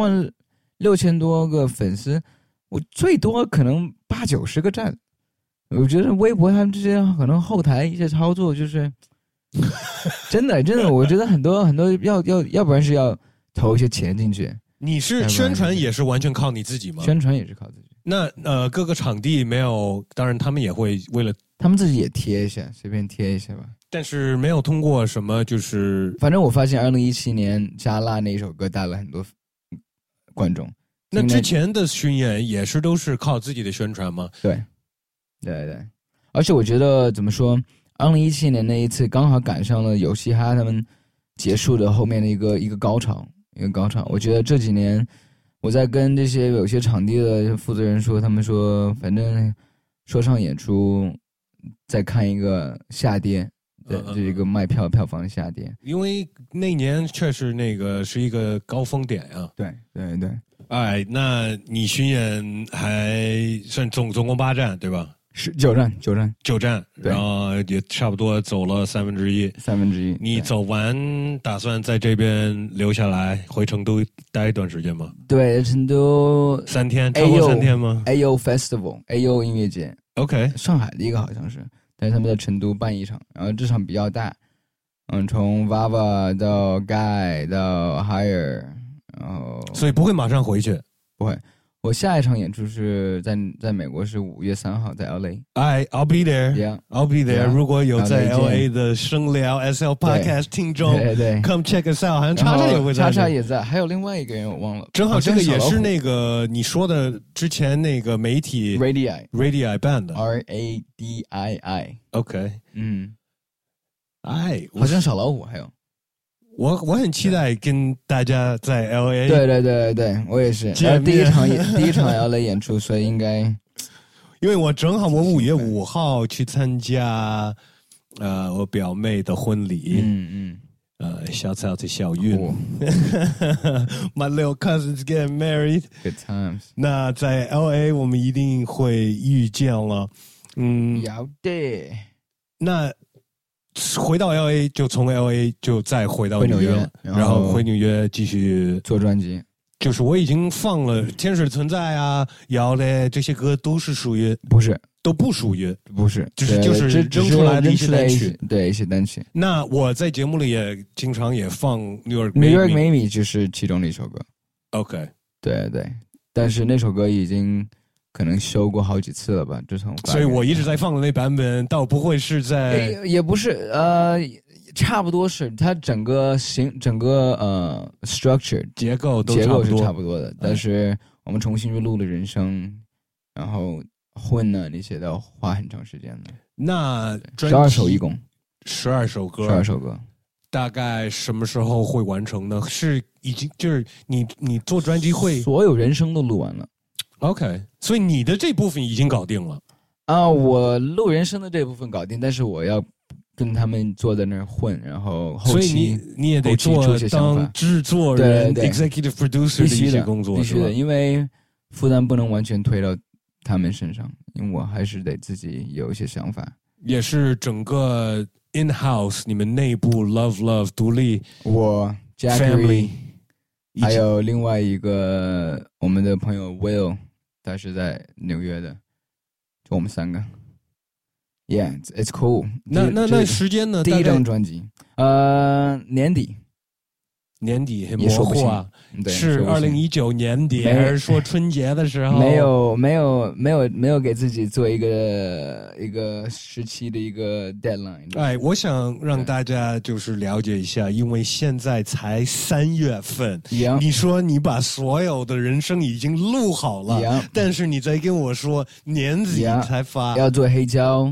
16000多个粉丝，我最多可能80-90个赞。我觉得微博他们这些可能后台一些操作就是真的，我觉得很多要不然是要投一些钱进去。 你是宣传也是完全靠你自己吗？ 宣传也是靠自己。 那各个场地没有，当然他们也会为了他们自己也贴一下，随便贴一下吧。 但是没有通过什么，就是反正我发现2017年加辣那一首歌带了很多观众。 那之前的巡演也是都是靠自己的宣传吗？ 对，而且我觉得怎么说，2017年那一次刚好赶上了有嘻哈他们结束的后面的一个高潮。我觉得这几年我在跟这些有些场地的负责人说，他们说反正说唱演出再看一个下跌，这一个卖票房的下跌， 因为那年确实那个是一个高峰点呀。 对。 那你巡演还算总共8站对吧？ 是9站， 然后也差不多走了1/3。你走完打算在这边留下来，回成都待一段时间吗？ 对，成都 3天，超过3天吗 ？AO Festival，AO 音乐节。 OK， 上海的一个好像是，但是他们在成都办一场，然后这场比较大，从 Vava 到 Guy 到 Higher， 然后所以不会马上回去， 不会。我下一场演出是在美国，是5月3号在 LA。I'll be there. I'll be there. 如果有在 LA 的声聊 SL Podcast 听众， 对 ，Come check us out。好像叉叉也会在， 叉叉也在，还有另外一个人我忘了。 正好这个也是那个你说的之前那个媒体 Radii Band RADII。 OK， 好像小老虎还有。 我很期待跟大家在 LA。 对，我也是。第一场 LA 演出，所以应该， 因为我正好我5月5号去参加我表妹的婚礼。Shouts out to 小韵。My little cousins getting married. Good times。 那在 LA 我们一定会遇见了。 要的。 那回到 LA 就从 LA 就再回到纽约了，然后回纽约继续做专辑。 就是我已经放了《天使存在》啊、摇嘞这些歌都是属于都不属于就是扔出来的一些单曲， 对，一些单曲。 那我在节目里也经常也放 New York Maybe 就是其中的一首歌。 OK， 对，但是那首歌已经可能修过好几次了吧， 所以我一直在放的那版本倒不会是在也不是差不多是它整个structure 结构是差不多的，但是我们重新去录了人声，然后混呢那些都花很长时间的。 那 12首一共 12首歌，大概什么时候会完成呢？是已经就是你做专辑会所有人声都录完了。 OK， 所以你的这部分已经搞定了我录人声的这部分搞定，但是我要跟他们坐在那儿混，然后后期， 所以你也得做当制作人 ，executive producer 的一些工作， 必须的，因为负担不能完全推到他们身上，因为我还是得自己有一些想法。 也是整个 in house 你们内部 love 独立， 我 Jackery 还有另外一个我们的朋友 Will。他是在纽约的，就我们3个。 Yeah, it's cool. 那时间呢？ 第一张专辑，年底模糊啊，是2019年底还是说春节的时候？ 没有给自己做一个时期的一个 deadline。 哎，我想让大家就是了解一下，因为现在才3月份，你说你把所有的人生已经录好了，但是你再跟我说年底才发， 要做黑胶。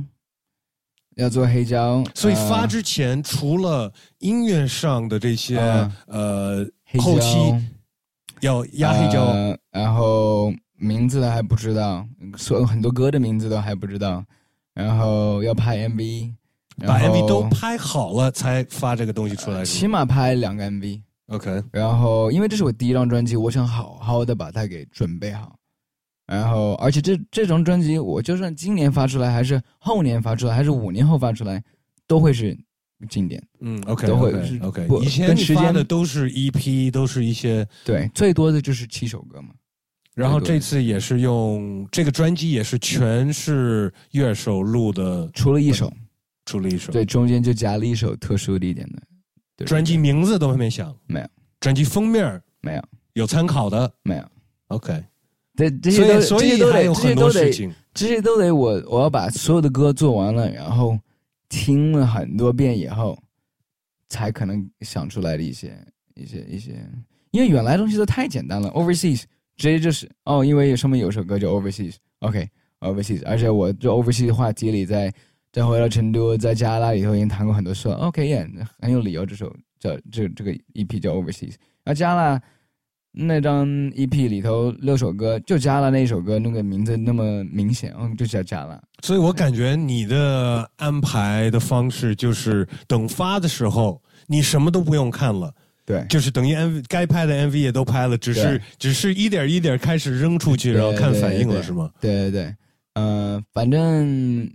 所以发之前，除了音乐上的这些后期要压黑胶， 然后名字还不知道，所有很多歌的名字都还不知道，然后要拍 MV， 把 MV 都拍好了才发这个东西出来， 起码拍2个 MV。 OK， 然后因为这是我第一张专辑，我想好好的把它给准备好。然后，而且这张专辑，我就算今年发出来，还是后年发出来，还是5年后发出来，都会是经典。 OK， 都会 OK。以前你发的都是 EP， 都是一些对，最多的就是7首歌嘛。 然后这次也是用这个专辑，也是全是乐手录的， 除了一首，对，中间就加了一首特殊的一点的。对， 专辑名字都还没想， 没有。 专辑封面没有， 有参考的没有。 OK。 对，这些都得我要把所有的歌做完了，然后听了很多遍以后，才可能想出来的一些，因为原来的东西都太简单了 ，overseas 直接就是因为上面有首歌叫 overseas，OK，overseas， 而且我这 overseas 的话题里再回到成都，在加拉里头已经弹过很多次了 ，OK， 很有理由，这首叫这个 EP 叫 overseas， 而加拉。那张 EP 里头6首歌，就加了那首歌，那个名字那么明显，就加了。 所以我感觉你的安排的方式就是等发的时候，你什么都不用看了， 对， 就是等于该拍的 MV 也都拍了，只是一点一点开始扔出去，然后看反应了，是吗？ 对，反正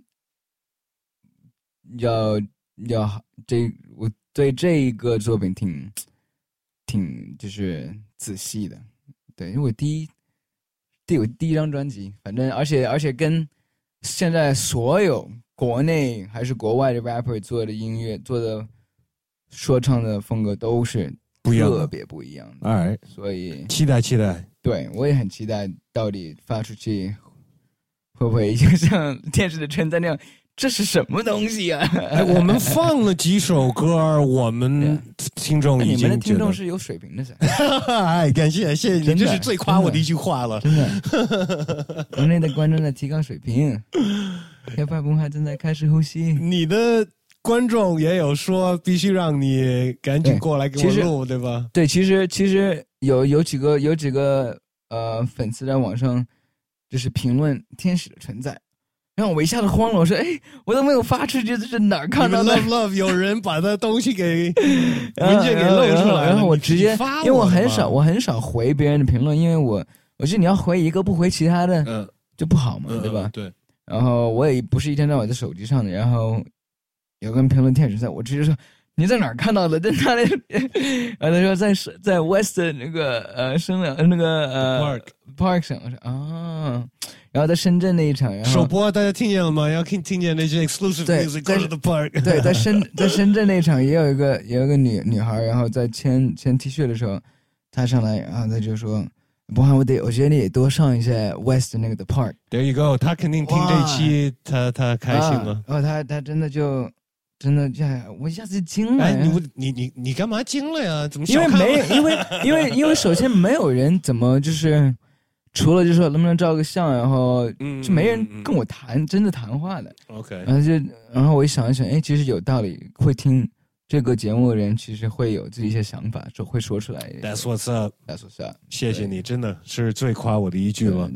我对这一个作品挺就是仔细的，对，因为我第一张专辑，反正而且跟现在所有国内还是国外的 rapper 做的音乐做的说唱的风格都是特别不一样的， 哎， 所以期待， 对，我也很期待，到底发出去会不会就像电视的称赞那样。这是什么东西啊？ 我们放了几首歌，我们听众已经你们的听众是有水平的噻。 哎，感谢你，这是最夸我的一句话了。 真的，国内的观众在提高水平，hiphop文化正在开始呼吸。 你的观众也有说必须让你赶紧过来给我录，对吧？ 对，其实有几个粉丝在网上就是评论天使的存在。让我一下子慌了，我说：“哎，我都没有发出去，这是哪儿看到的 ？Love， 有人把那东西给文件给露出来了。 然后我直接，因为我很少回别人的评论，因为我觉得你要回一个不回其他的，就不好嘛，对吧？ 对。 然后我也不是一天到晚在手机上的，然后有个人评论天使在，我直接说你在哪儿看到的？在哪里？他说在 West 那个生了那个Park 上，我说啊。”然后在深圳那一场，然后首播大家听见了吗？要听见那些 exclusive music go to the park。 对，在深圳那一场也有一个女孩，然后在签 T 恤的时候，她上来，然后她就说：“不然我觉得你得多上一些 West 那个的 Park。”There you go， 她肯定听这一期，她开心了。 然后她真的就。真的，我一下子就惊了。 哎，你干嘛惊了呀？怎么？ 因为首先没有人怎么就是。除了就说能不能照个相，然后就没人跟我真的谈话的。 OK， 然后我一想一想，哎，其实有道理，会听这个节目的人其实会有自己一些想法，就会说出来。 That's what's up。 That's what's up。 谢谢你，真的是最夸我的一句了。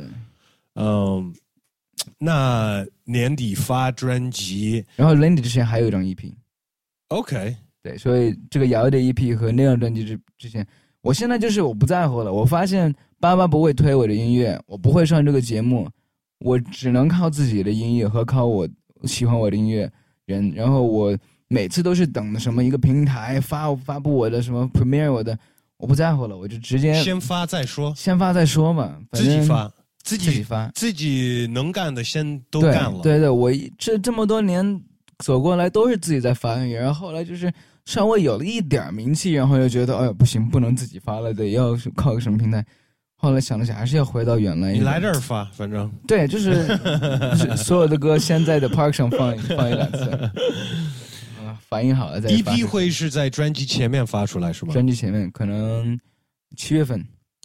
那年底发专辑， 然后年底之前还有一张 EP。OK。 对，所以这个摇的 EP 和那张专辑之前，我现在就是我不在乎了，我发现。爸爸不会推我的音乐，我不会上这个节目，我只能靠自己的音乐和靠我喜欢我的音乐人。然后我每次都是等什么一个平台发布我的什么 premiere 我不在乎了，我就直接先发再说， 嘛， 自己发。 自己发， 自己能干的先都干了。 对，我这么多年走过来都是自己在发音乐，然后后来就是稍微有了一点名气，然后又觉得哎呦不行，不能自己发了，得要靠个什么平台。后来想了想，还是要回到原来。 你来这儿发，反正对，就是所有的歌先在 The Park 上放1-2次，反应好了再发。 EP 会是在专辑前面发出来是吗？ 专辑前面可能7月份。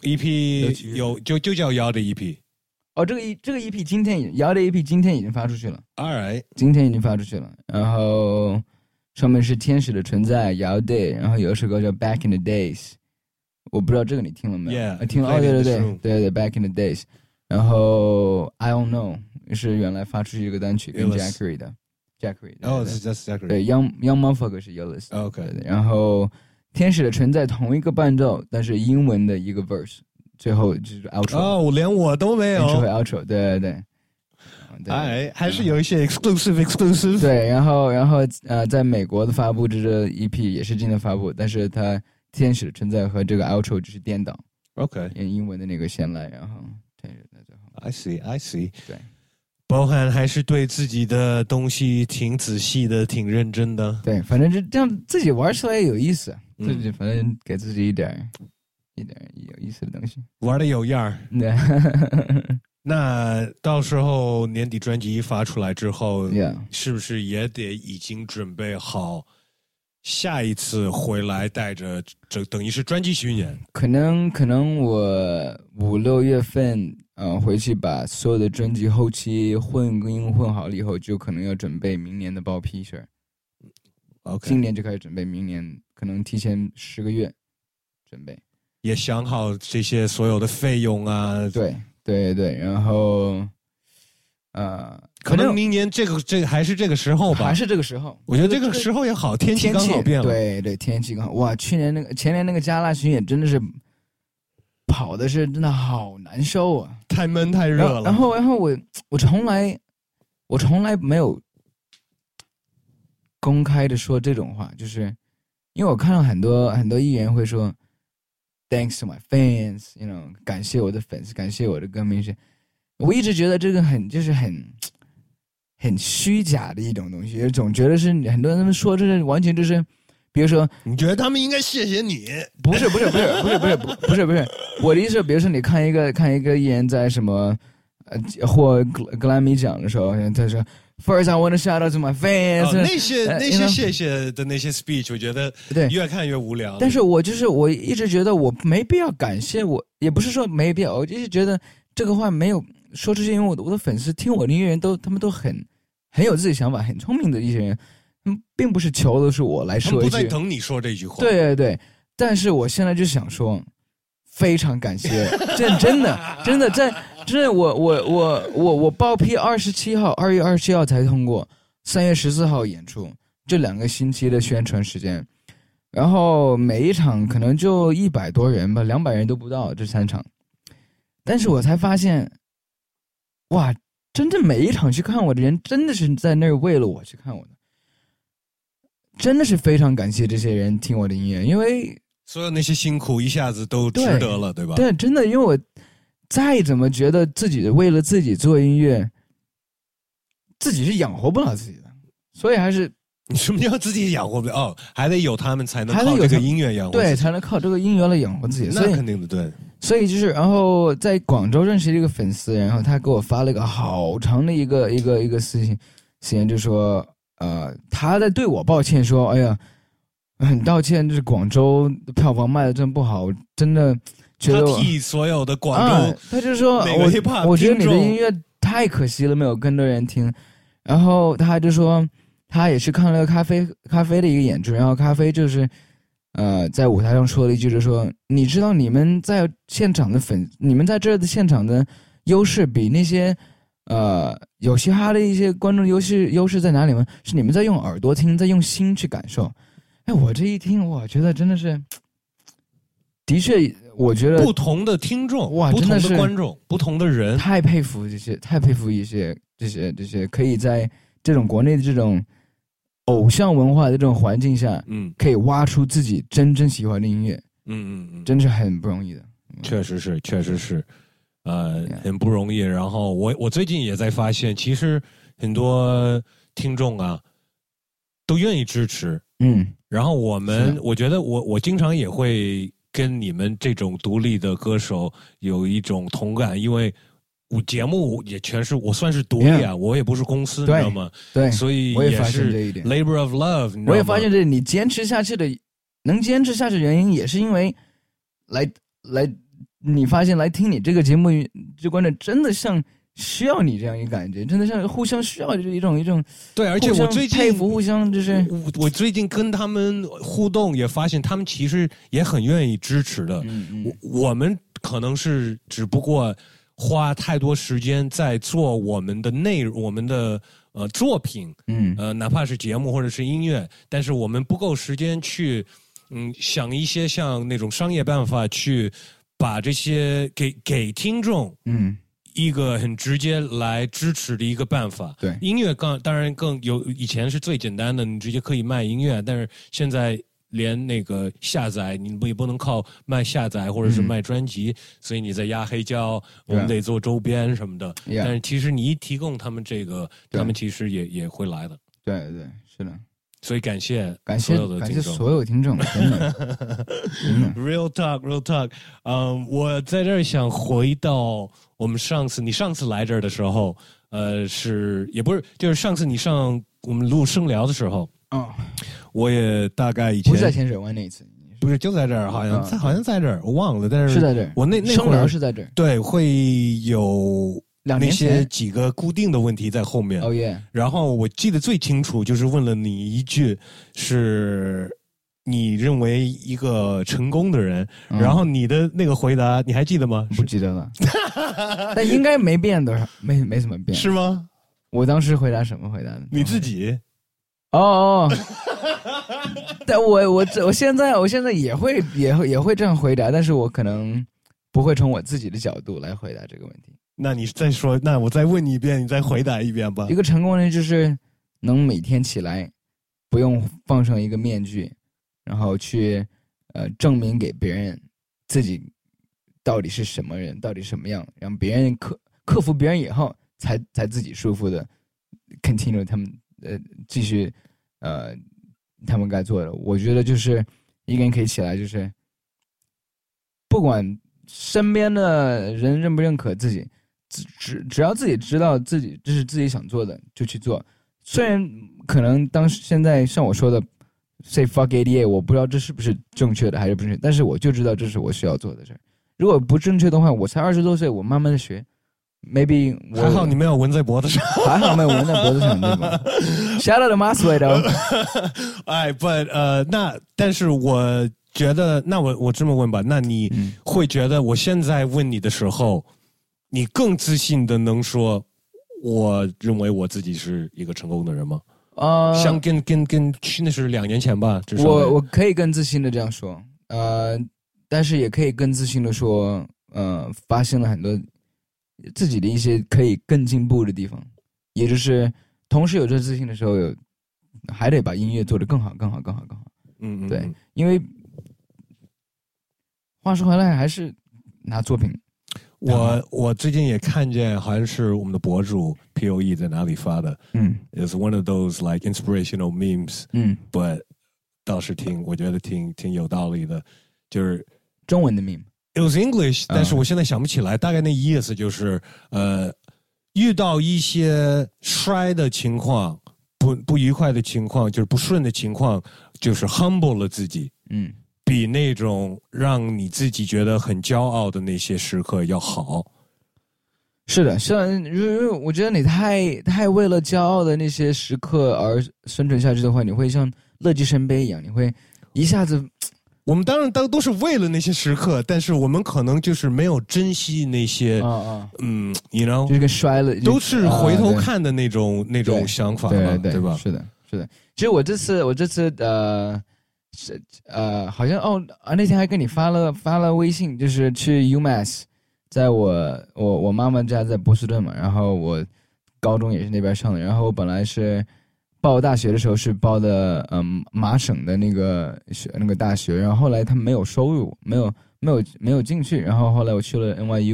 EP 有就叫摇的 EP。 哦，这个 EP 今天摇的 EP 今天已经发出去了。 Alright， 今天已经发出去了。然后上面是天使的存在，摇的，然后有一首歌叫 Back in the Days。我不知道这个你听了没有？ Yeah， 听了。哦，对 Back in the Days。然后 I don't know 是原来发出去一个单曲，跟 Jackery 的。 哦，是 Jackery。 对 ，Young Motherfucker 是 Yellow。OK。然后天使的存在同一个伴奏，但是英文的一个 verse， 最后就是 outro。 哦，连我都没有。 outro， 对。 哎，还是有一些 exclusive。 对，然后在美国的发布这个 EP 也是今天发布，但是它天使的存在和这个 outro 就是颠倒。 OK， 英文的那个先来，然后天使在最后。 I see。 对， 包含还是对自己的东西挺仔细的，挺认真的。 对，反正就这样，自己玩出来也有意思。自己反正给自己一点有意思的东西， 玩的有样儿。 对。 那到时候年底专辑一发出来之后，是不是也得已经准备好下一次回来带着，这等于是专辑巡演？ 可能我5-6月份回去把所有的专辑后期混好了以后，就可能要准备明年的报批事儿。 OK， 今年就开始准备，明年可能提前10个月准备。 也想好这些所有的费用啊。 对，然后可能明年这个还是这个时候吧。 还是这个时候。 我觉得这个时候也好，天气刚好变了。 对，天气刚好。哇，前年那个加拉巡演真的是跑的是真的好难受啊， 太闷太热了。 然后我从来没有公开的说这种话，就是因为我看到很多艺人会说 Thanks to my fans， 感谢我的粉丝，感谢我的歌迷。我一直觉得这个很虚假的一种东西，总觉得是很多人说这是完全就是，比如说你觉得他们应该谢谢你？ 不是，我的意思是，比如说你看一个艺人在什么获格莱美奖的时候，他说 First I want to shout out to my fans， 那些谢谢的那些 speech， 我觉得越看越无聊。 但是我一直觉得我没必要感谢，我也不是说没必要，我就是觉得这个话没有说出去，因为我的粉丝听我的音乐人他们都很有自己想法，很聪明的一些人，并不是求的是我来说一句， 他们不在等你说这句话。 对，但是我现在就想说，非常感谢，真的，我报批2月27号才通过，3月14号演出，这2个星期的宣传时间，然后每一场可能就100多人吧，200人都不到，这3场，但是我才发现，哇，真正每一场去看我的人，真的是在那儿为了我去看我的，真的是非常感谢这些人听我的音乐，因为所有那些辛苦一下子都值得了， 对吧？ 对，真的，因为我再怎么觉得自己为了自己做音乐，自己是养活不了自己的，所以还是你什么叫自己养活不了？哦，还得有他们才能靠这个音乐养活自己， 对，才能靠这个音乐来养活自己。 那肯定的，对。 所以就是，然后在广州认识一个粉丝，然后他给我发了一个好长的一个私信，就说他在对我抱歉说，哎呀，很道歉，就是广州的票房卖的真不好，真的觉得他替所有的广州， 他就说我觉得你的音乐太可惜了，没有更多人听。然后他就说他也是看了咖啡的一个演出，然后咖啡就是在舞台上说了一句，就说你知道你们在现场的你们在这儿的现场的优势比那些有嘻哈的一些观众优势在哪里吗？是你们在用耳朵听，在用心去感受。哎，我这一听，我觉得真的是，的确，我觉得不同的听众， 哇， 不同的观众，不同的人， 太佩服一些这些可以在这种国内的这种偶像文化的这种环境下，可以挖出自己真正喜欢的音乐，真是很不容易的。 确实是。 很不容易。然后我最近也在发现，其实很多听众啊都愿意支持，然后我觉得我经常也会跟你们这种独立的歌手有一种同感，因为我节目也全是我算是独立啊，我也不是公司，你知道吗？ 对， 所以我也发现这一点 labor of love。 我也发现这你坚持下去的，能坚持下去的原因，也是因为来，你发现来听你这个节目，这观众真的像需要你这样一个感觉，真的像互相需要一种对，而且我最近佩服，互相就是我最近跟他们互动，也发现他们其实也很愿意支持的。我们可能是只不过花太多时间在做我们的内容，我们的作品，哪怕是节目或者是音乐，但是我们不够时间去想一些像那种商业办法去把这些给听众一个很直接来支持的一个办法。 对， 音乐当然更有，以前是最简单的，你直接可以卖音乐，但是现在连那个下载你也不能靠卖下载或者是卖专辑，所以你在压黑胶，我们得做周边什么的。但是其实你一提供他们这个，他们其实也会来的。 对，是的。 所以感谢所有听众，真的 Real talk。我在这儿想回到我们你上次来这儿的时候，也不是，就是上次你上我们录声聊的时候，我也大概以前不是在天水湾那一次， 不是就在这儿，好像在这儿，我忘了，但是在这儿。 我那会儿是在这儿， 对，会有那些几个固定的问题在后面。然后我记得最清楚就是问了你一句，是你认为一个成功的人，然后你的那个回答你还记得吗？ 不记得了，但应该没变多少，没怎么变， 是吗？ 我当时回答什么回答的？ 你自己？ 但我现在也会这样回答，但是我可能不会从我自己的角度来回答这个问题。 那你再说，那我再问你一遍，你再回答一遍吧。 一个成功人就是能每天起来，不用放上一个面具，然后去证明给别人自己到底是什么人，到底什么样，让别人克服别人以后，才自己舒服的 continue 他们继续他们该做的。我觉得就是一个人可以起来，就是不管身边的人认不认可自己，只要自己知道自己这是自己想做的，就去做。虽然可能现在像我说的 say fuck ADA， 我不知道这是不是正确的还是不正确，但是我就知道这是我需要做的事。如果不正确的话，我才20多岁，我慢慢的学。Maybe 还好你没有纹在脖子上， 还好没有纹在脖子上，对吧 ？Shout out to Masway though。 哎 ，but 那但是我觉得，那我这么问吧，那你会觉得我现在问你的时候，你更自信的能说，我认为我自己是一个成功的人吗？像跟那是2年前吧，至少我可以更自信的这样说，但是也可以更自信的说，发现了很多自己的一些可以更进步的地方，也就是同时有这自信的时候，还得把音乐做得更好。对，因为话说回来，还是拿作品。 我最近也看见，好像是我们的博主 POE 在哪里发的，It's one of those like inspirational memes，but 倒是我觉得挺有道理的，就是中文的 meme。It was English， 但是我现在想不起来，大概那意思就是遇到一些衰的情况，不愉快的情况，就是不顺的情况，就是 humble 了自己，比那种让你自己觉得很骄傲的那些时刻要好。 是的，我觉得你太为了骄傲的那些时刻而生存下去的话，你会像乐极生悲一样，你会一下子。 我们当然都是为了那些时刻，但是我们可能就是没有珍惜那些you know， 就是跟摔了， 都是回头看的那种想法嘛，对吧？ 是的。其实我这次好像那天还跟你发了微信，就是去 UMass， 在我妈妈家在波士顿嘛，然后我高中也是那边上的，然后我本来是报大学的时候是报的麻省的那个大学，然后后来他们没有收入，没有进去，然后后来我去了 NYU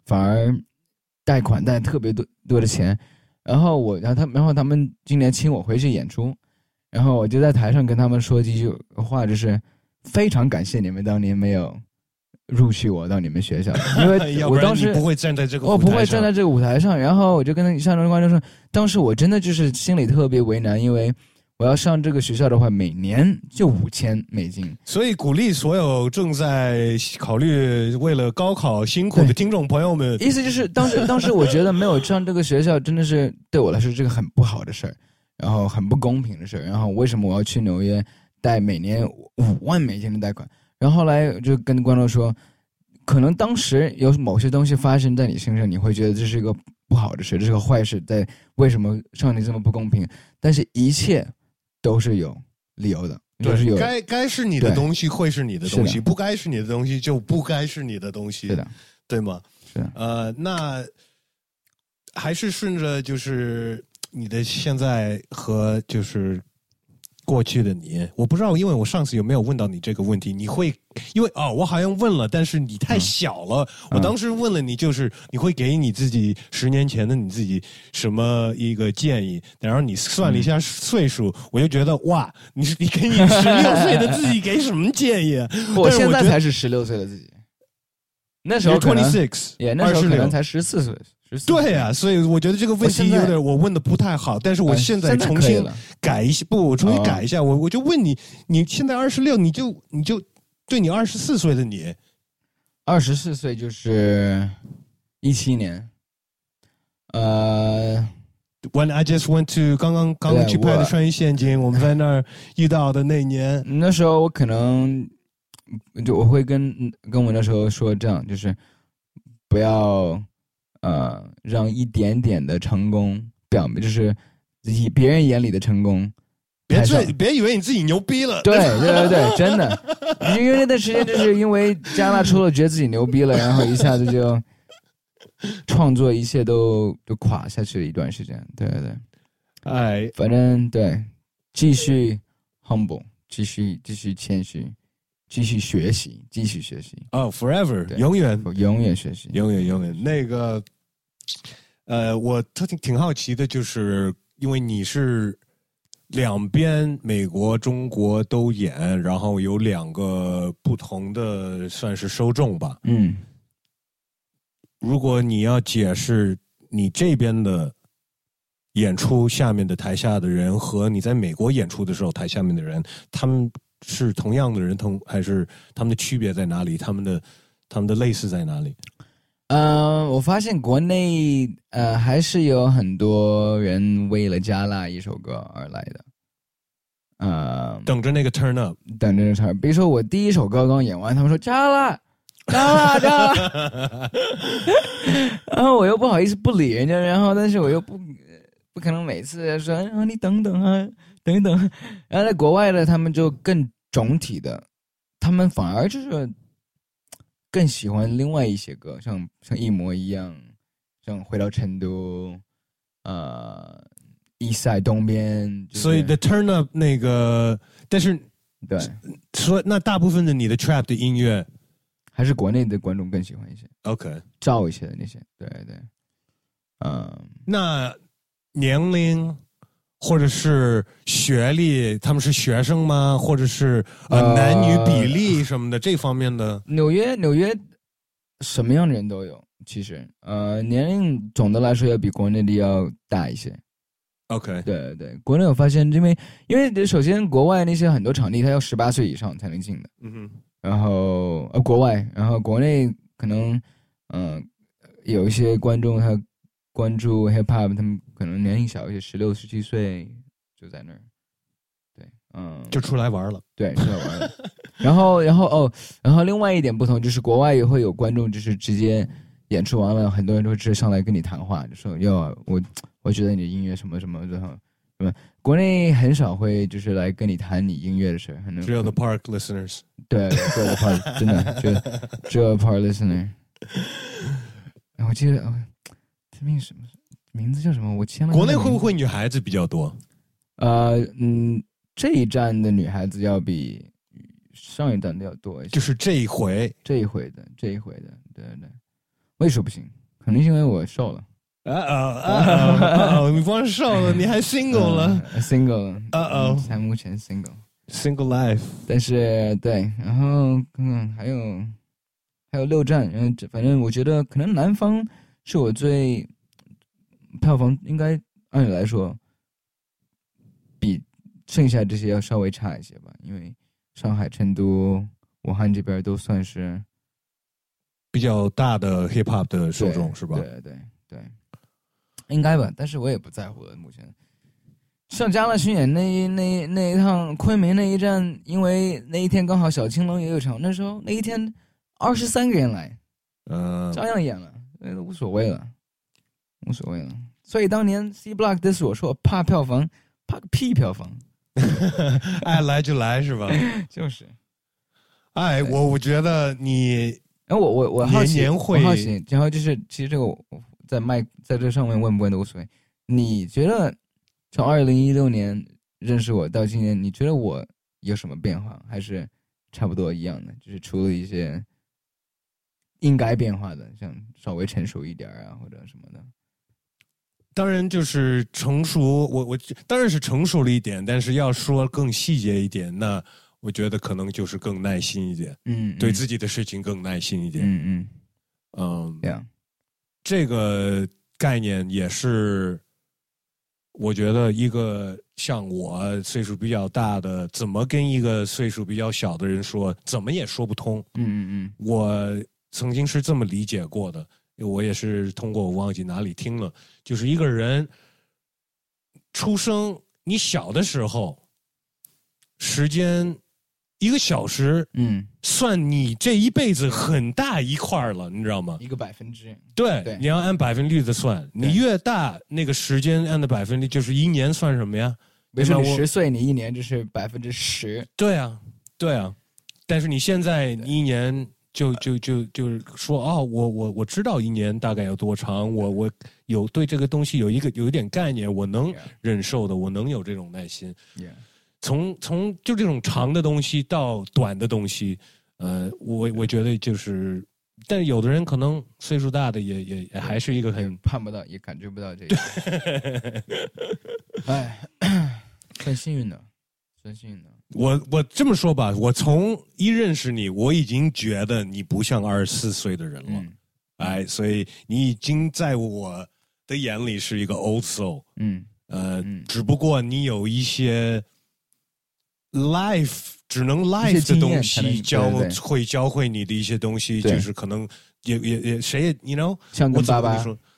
反而贷款贷特别多的钱。然后他们今年请我回去演出，然后我就在台上跟他们说几句话，就是非常感谢你们当年没有录取我到你们学校，因为我当时不会站在这个舞台上， 我不会站在这个舞台上。然后我就跟上场观众说，当时我真的就是心里特别为难，因为我要上这个学校的话，每年就$5000。 所以鼓励所有正在考虑为了高考辛苦的听众朋友们， 意思就是当时我觉得没有上这个学校真的是对我来说是个很不好的事儿，然后很不公平的事儿。然后为什么我要去纽约贷每年$50,000的贷款？然后后来就跟观众说，可能当时有某些东西发生在你身上，你会觉得这是一个不好的事，这是个坏事，为什么上帝这么不公平？但是一切都是有理由的，就是有该是你的东西会是你的东西，不该是你的东西就不该是你的东西， 是的， 对吗？ 是的。 那还是顺着就是你的现在和就是过去的你，我不知道，因为我上次有没有问到你这个问题，你会因为我好像问了，但是你太小了，我当时问了你，就是你会给你自己10年前的你自己什么一个建议？然后你算了一下岁数，我就觉得哇，你给你16岁的自己给什么建议？ 我现在才是16岁的自己，那时候可能 26， 那时候可能才14岁。 对呀，所以我觉得这个问题有点我问的不太好，但是我现在重新改一下，我重新改一下，我就问你，你现在26，你就对你24岁的你 ，24岁就是17年 ，When I just went to 刚去拍的《穿越陷阱》，我们在那儿遇到的那年， 那时候我可能我会跟我那时候说这样，就是不要。让一点点的成功表面就是以别人眼里的成功， 别以为你自己牛逼了。 对，真的，因为那段时间就是因为加纳出了觉得自己牛逼了，然后一下子就创作一切都垮下去了一段时间。对， 哎， 反正对，继续 humble， 继续谦虚。继续学习 forever， 永远学习， 永远。那个，我挺好奇的，就是因为你是两边美国、中国都演，然后有2个不同的算是受众吧。如果你要解释你这边的演出下面的台下的人和你在美国演出的时候台下面的人，他们是同样的人还是他们的区别在哪里？他们的类似在哪里？ 我发现国内还是有很多人为了加纳一首歌而来的， 等着那个 turn up， 等着那个 turn up。比如说我第一首歌刚演完，他们说加纳，然后我又不好意思不理人家，然后但是我又不可能每次说你等等。然后在国外的他们就更总体的，他们反而就是更喜欢另外一些歌，像一模一样，像回到成都，Eastside 东边，就是， 所以 The Turn Up 那个，但是对， 说那大部分的你的 Trap 的音乐还是国内的观众更喜欢一些 ，OK， 燥一些的那些，对， 那年龄。或者是学历，他们是学生吗？或者是男女比例什么的这方面的？ 纽约什么样的人都有，其实年龄总的来说要比国内的要大一些。 OK， 对，国内我发现，因为首先国外那些很多场地，它要18岁以上才能进的。然后国外，然后国内可能有一些观众他关注 hip hop， 他们可能年龄小一些，16、17岁就在那儿，对， 就出来玩了， 对，出来玩了。然后另外一点不同就是国外也会有观众，就是直接演出完了，很多人都直接上来跟你谈话，就说我觉得你的音乐什么什么，然后什么，国内很少会就是来跟你谈你音乐的事， 只有 The Park listeners， 对，只有 The Park， 真的只有 The Park listener。我记得这名字叫什么？我签了。 国内会不会女孩子比较多？ 这一站的女孩子要比上一站的要多一些。 就是这一回的， 对。 为什么不行？可能是因为我瘦了。 你不是瘦了，你还 single 了 ？single 了。才目前 single life。 但是对，然后还有6站，反正我觉得可能南方是我最票房应该按理来说比剩下这些要稍微差一些吧，因为上海、成都、武汉这边都算是比较大的 hip hop 的受众，是吧？ 对，应该吧，但是我也不在乎了。目前上嘉乐巡演那一趟昆明那一站，因为那一天刚好小青龙也有场，那时候那一天23个人来，照样演了，无所谓了。所以当年 C Block diss 我说怕票房，怕个屁票房， 爱来就来是吧？ 就是， 我觉得你， 然后我好奇， 年会， 我好奇，然后就是其实这个我在这上面问不问都无所谓。你觉得从2016年认识我到今年，你觉得我有什么变化，还是差不多一样的？就是除了一些应该变化的，像稍微成熟一点啊，或者什么的。 当然就是成熟，我当然是成熟了一点，但是要说更细节一点，那我觉得可能就是更耐心一点，对自己的事情更耐心一点，这个概念也是，我觉得一个像我岁数比较大的，怎么跟一个岁数比较小的人说，怎么也说不通，我曾经是这么理解过的。我也是通过我忘记哪里听了，就是一个人出生，你小的时候，时间1个小时，算你这一辈子很大一块了，你知道吗？ 一个%。 对，你要按百分率的算，你越大，那个时间按的百分率就是1年算什么呀？ 比如说你10岁，你1年就是10%。 对啊，但是你现在你1年。就是说我知道1年大概有多长，我有对这个东西有一点概念，我能忍受的，我能有这种耐心。从就这种长的东西到短的东西，我觉得就是，但是有的人可能岁数大的也还是一个很看不到，也感觉不到这个。很幸运的。 我这么说吧，我从一认识你，我已经觉得你不像24岁的人了，所以你已经在我的眼里是一个 old soul，只不过你有一些 life 只能 life 的东西会教会你的一些东西，就是可能也谁也 you know， 像跟爸爸说。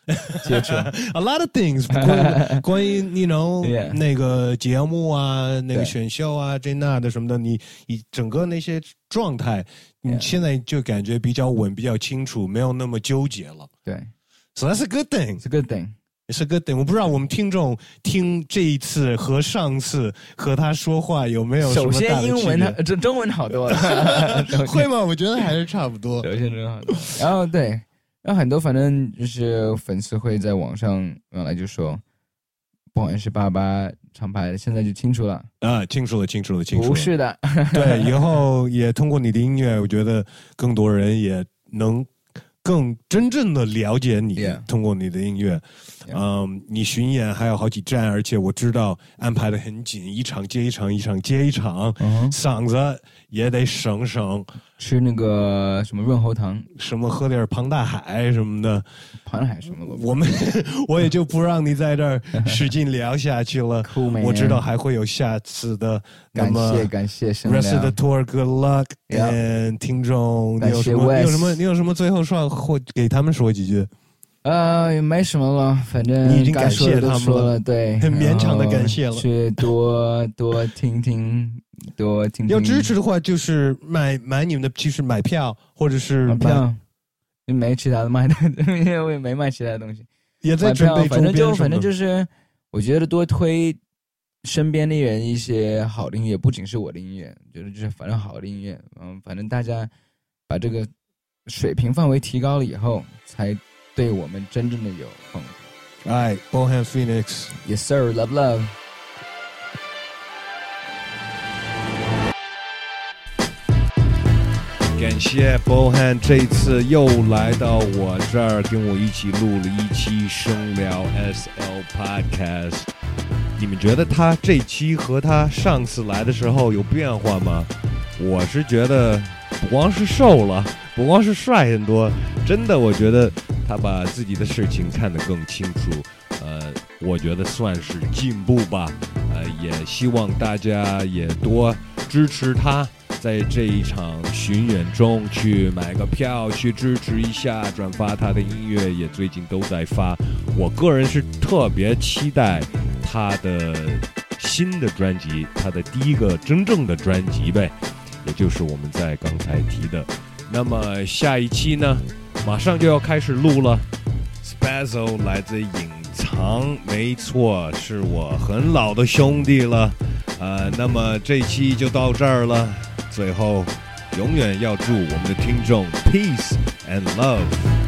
A lot of things 关于 you know 那个节目啊，那个选秀啊，这那的什么的，你整个那些状态，你现在就感觉比较稳，比较清楚，没有那么纠结了。 对 ，So that's a good thing. It's a good thing. It's a good thing. 我不知道我们听众听这一次和上次和他说话有没有什么大的区别？ 首先英文中文好多了， 会吗？我觉得还是差不多。 首先真好多。然后对。然后很多反正就是粉丝会在网上原来就说，不管是88厂牌的，现在就清楚了清楚了。 不是的， 对，以后也通过你的音乐，我觉得更多人也能更真正的了解你，通过你的音乐，你巡演还有好几站，而且我知道安排的很紧，一场接一场，一场接一场，嗓子也得省， 吃那个什么润喉糖， 什么喝点庞大海什么的， 庞大海什么的， 我也就不让你在这儿使劲聊下去了。我知道还会有下次的， 感谢 Rest of the tour, good luck， 听众，你有什么最后说或给他们说几句？ 也没什么了，反正你已经感谢他们了，对， 很勉强的感谢了。 去多听。 要支持的话，就是买你们的，其实买票或者是票，没其他的卖的，因为我也没卖其他的东西。 也在准备周边， 反正就是，我觉得多推身边的人一些好的音乐，不仅是我的音乐，就是反正好的音乐，反正大家把这个水平范围提高了以后，才对我们真正的有帮助。 Bohan Phoenix. Yes, sir. Love. 感谢 Bohan 这次又来到我这儿，跟我一起录了一期声聊 SL Podcast。你们觉得他这期和他上次来的时候有变化吗？我是觉得不光是瘦了，不光是帅很多，真的我觉得他把自己的事情看得更清楚。我觉得算是进步吧。也希望大家也多支持他，在这一场巡演中去买个票，去支持一下，转发他的音乐，也最近都在发。我个人是特别期待他的新的专辑，他的第一个真正的专辑呗，也就是我们在刚才提的。那么下一期呢，马上就要开始录了。Spazzo 来自隐藏，没错，是我很老的兄弟了。那么这期就到这儿了。最后，永远要祝我们的听众 peace and love。